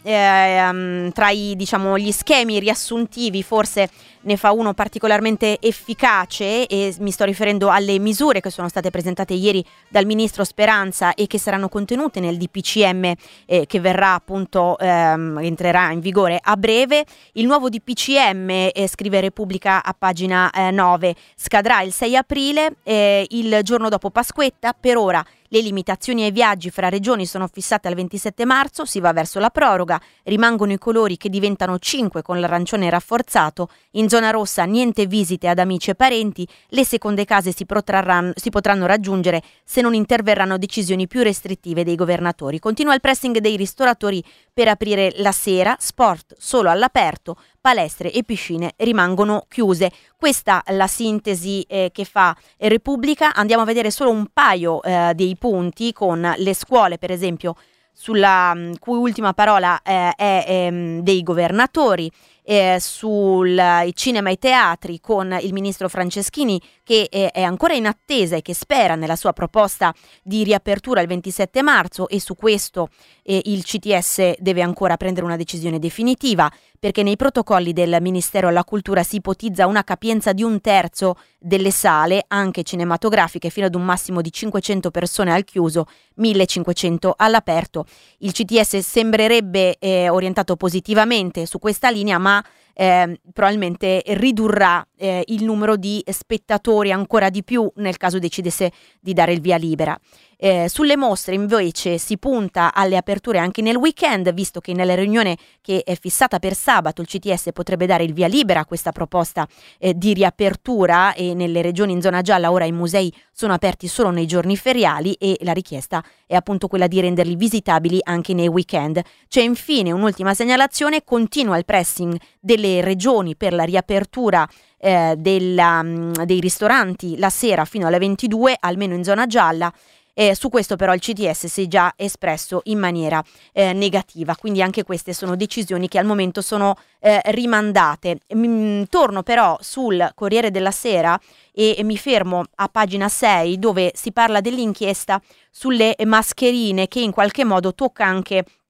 eh, tra i, diciamo, gli schemi riassuntivi forse ne fa uno particolarmente efficace, e mi sto riferendo alle misure che sono state presentate ieri dal ministro Speranza e che saranno contenute nel D P C M eh, che verrà appunto ehm, entrerà in vigore a breve. Il nuovo D P C M, eh, scrive Repubblica a pagina eh, nove, scadrà il sei aprile, eh, il giorno dopo Pasquetta. Per ora le limitazioni ai viaggi fra regioni sono fissate al ventisette marzo, si va verso la proroga, rimangono i colori che diventano cinque con l'arancione rafforzato. In zona rossa niente visite ad amici e parenti, le seconde case si, si potranno raggiungere se non interverranno decisioni più restrittive dei governatori. Continua il pressing dei ristoratori per aprire la sera, sport solo all'aperto, palestre e piscine rimangono chiuse. Questa è la sintesi eh, che fa Repubblica. Andiamo a vedere solo un paio eh, dei punti, con le scuole per esempio, sulla mh, cui ultima parola eh, è ehm, dei governatori, eh, sul i cinema e i teatri con il ministro Franceschini che eh, è ancora in attesa e che spera nella sua proposta di riapertura il ventisette marzo, e su questo eh, il C T S deve ancora prendere una decisione definitiva, perché nei protocolli del Ministero alla Cultura si ipotizza una capienza di un terzo delle sale, anche cinematografiche, fino ad un massimo di cinquecento persone al chiuso, millecinquecento all'aperto. Il C T S sembrerebbe eh, orientato positivamente su questa linea, ma Eh, probabilmente ridurrà eh, il numero di spettatori ancora di più nel caso decidesse di dare il via libera. Eh, sulle mostre invece si punta alle aperture anche nel weekend, visto che nella riunione che è fissata per sabato il C T S potrebbe dare il via libera a questa proposta eh, di riapertura, e nelle regioni in zona gialla ora i musei sono aperti solo nei giorni feriali e la richiesta è appunto quella di renderli visitabili anche nei weekend. C'è infine un'ultima segnalazione: continua il pressing delle regioni per la riapertura eh, della, dei ristoranti la sera fino alle ventidue, almeno in zona gialla. Eh, su questo però il C T S si è già espresso in maniera eh, negativa, quindi anche queste sono decisioni che al momento sono eh, rimandate. Mm, torno però sul Corriere della Sera e, e mi fermo a pagina sei, dove si parla dell'inchiesta sulle mascherine, che in qualche modo tocca anche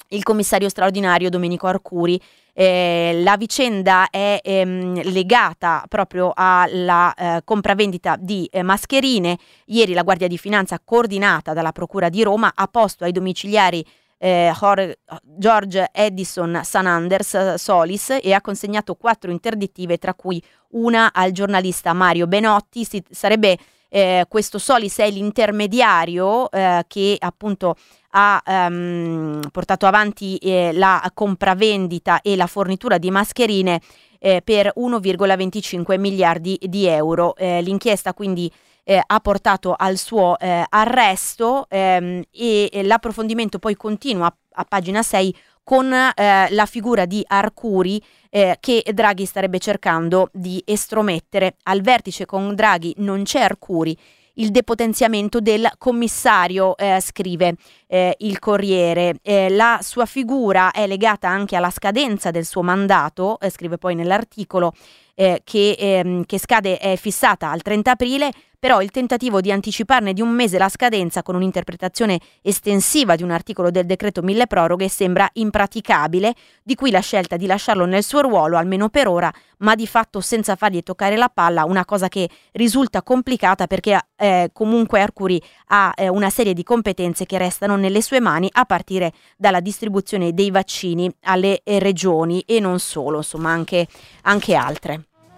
il commissario straordinario Domenico Arcuri. Eh, la vicenda è ehm, legata proprio alla eh, compravendita di eh, mascherine. Ieri la Guardia di Finanza, coordinata dalla Procura di Roma, ha posto ai domiciliari eh, Jorge, George Edison Sananders Solis e ha consegnato quattro interdittive, tra cui una al giornalista Mario Benotti. Si, sarebbe eh, questo Solis è l'intermediario eh, che appunto ha um, portato avanti eh, la compravendita e la fornitura di mascherine eh, per uno virgola venticinque miliardi di euro. Eh, l'inchiesta quindi eh, ha portato al suo eh, arresto ehm, e, e l'approfondimento poi continua a, a pagina sei con eh, la figura di Arcuri eh, che Draghi starebbe cercando di estromettere. Al vertice con Draghi non c'è Arcuri. Il depotenziamento del commissario, eh, scrive eh, il Corriere. Eh, la sua figura è legata anche alla scadenza del suo mandato, eh, scrive poi nell'articolo, eh, che, ehm, che scade è fissata al trenta aprile, però il tentativo di anticiparne di un mese la scadenza con un'interpretazione estensiva di un articolo del decreto mille proroghe sembra impraticabile, di cui la scelta di lasciarlo nel suo ruolo, almeno per ora, ma di fatto senza fargli toccare la palla, una cosa che risulta complicata perché eh, comunque Arcuri ha eh, una serie di competenze che restano nelle sue mani, a partire dalla distribuzione dei vaccini alle eh, regioni e non solo, insomma anche, anche altre.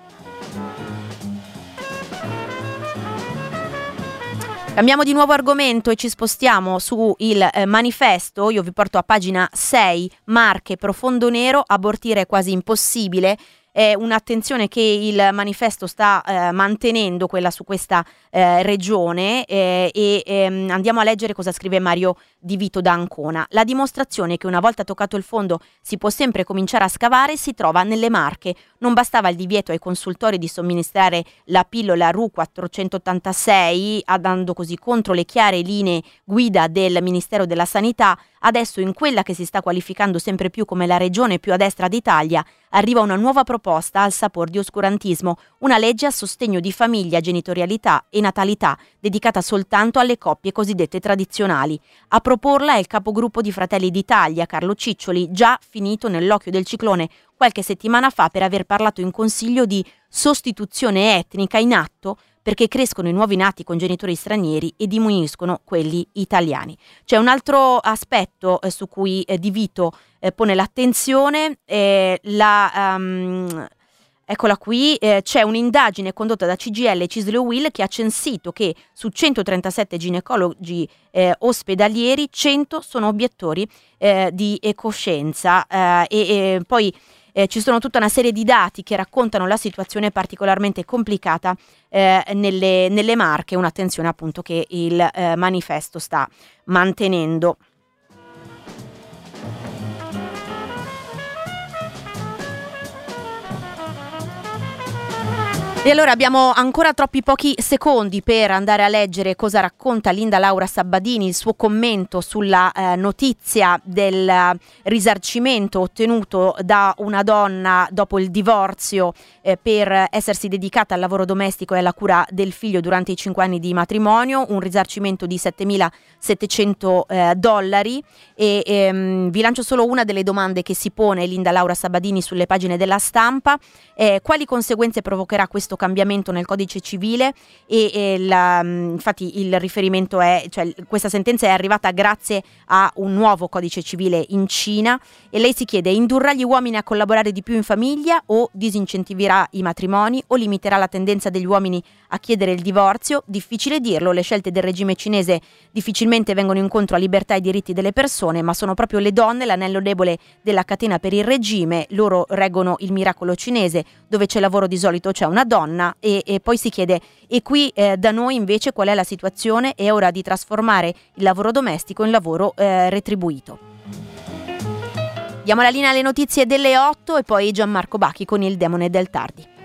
Cambiamo di nuovo argomento e ci spostiamo su il eh, manifesto. Io vi porto a pagina sei, Marche, profondo nero, abortire è quasi impossibile. È un'attenzione che il manifesto sta eh, mantenendo, quella su questa eh, regione, eh, e ehm, andiamo a leggere cosa scrive Mario Di Vito da Ancona. La dimostrazione che una volta toccato il fondo si può sempre cominciare a scavare si trova nelle Marche. Non bastava il divieto ai consultori di somministrare la pillola R U quattrocentottantasei, andando così contro le chiare linee guida del Ministero della Sanità. Adesso in quella che si sta qualificando sempre più come la regione più a destra d'Italia arriva una nuova proposta al sapor di oscurantismo, una legge a sostegno di famiglia, genitorialità e natalità dedicata soltanto alle coppie cosiddette tradizionali. A proporla è il capogruppo di Fratelli d'Italia, Carlo Ciccioli, già finito nell'occhio del ciclone qualche settimana fa per aver parlato in Consiglio di sostituzione etnica in atto perché crescono i nuovi nati con genitori stranieri e diminuiscono quelli italiani. C'è un altro aspetto eh, su cui eh, Di Vito eh, pone l'attenzione, eh, la... Um, Eccola qui, eh, c'è un'indagine condotta da C G I L e Cisle Will che ha censito che su centotrentasette ginecologi eh, ospedalieri cento sono obiettori eh, di coscienza eh, e, e poi eh, ci sono tutta una serie di dati che raccontano la situazione particolarmente complicata eh, nelle, nelle Marche, un'attenzione appunto che il eh, manifesto sta mantenendo. E allora abbiamo ancora troppi pochi secondi per andare a leggere cosa racconta Linda Laura Sabbadini, il suo commento sulla eh, notizia del eh, risarcimento ottenuto da una donna dopo il divorzio eh, per essersi dedicata al lavoro domestico e alla cura del figlio durante i cinque anni di matrimonio, un risarcimento di settemilasettecento eh, dollari e ehm, vi lancio solo una delle domande che si pone Linda Laura Sabbadini sulle pagine della Stampa. Eh, quali conseguenze provocherà questo cambiamento nel codice civile? E, e la, infatti il riferimento è, cioè questa sentenza è arrivata grazie a un nuovo codice civile in Cina e lei si chiede: indurrà gli uomini a collaborare di più in famiglia o disincentiverà i matrimoni o limiterà la tendenza degli uomini a chiedere il divorzio? Difficile dirlo, le scelte del regime cinese difficilmente vengono incontro a libertà e diritti delle persone, ma sono proprio le donne l'anello debole della catena per il regime, loro reggono il miracolo cinese, dove c'è lavoro di solito c'è una donna e, e poi si chiede: e qui eh, da noi invece qual è la situazione? È ora di trasformare il lavoro domestico in lavoro eh, retribuito. Diamo la linea alle notizie delle otto e poi Gianmarco Bacchi con il Demone del Tardi.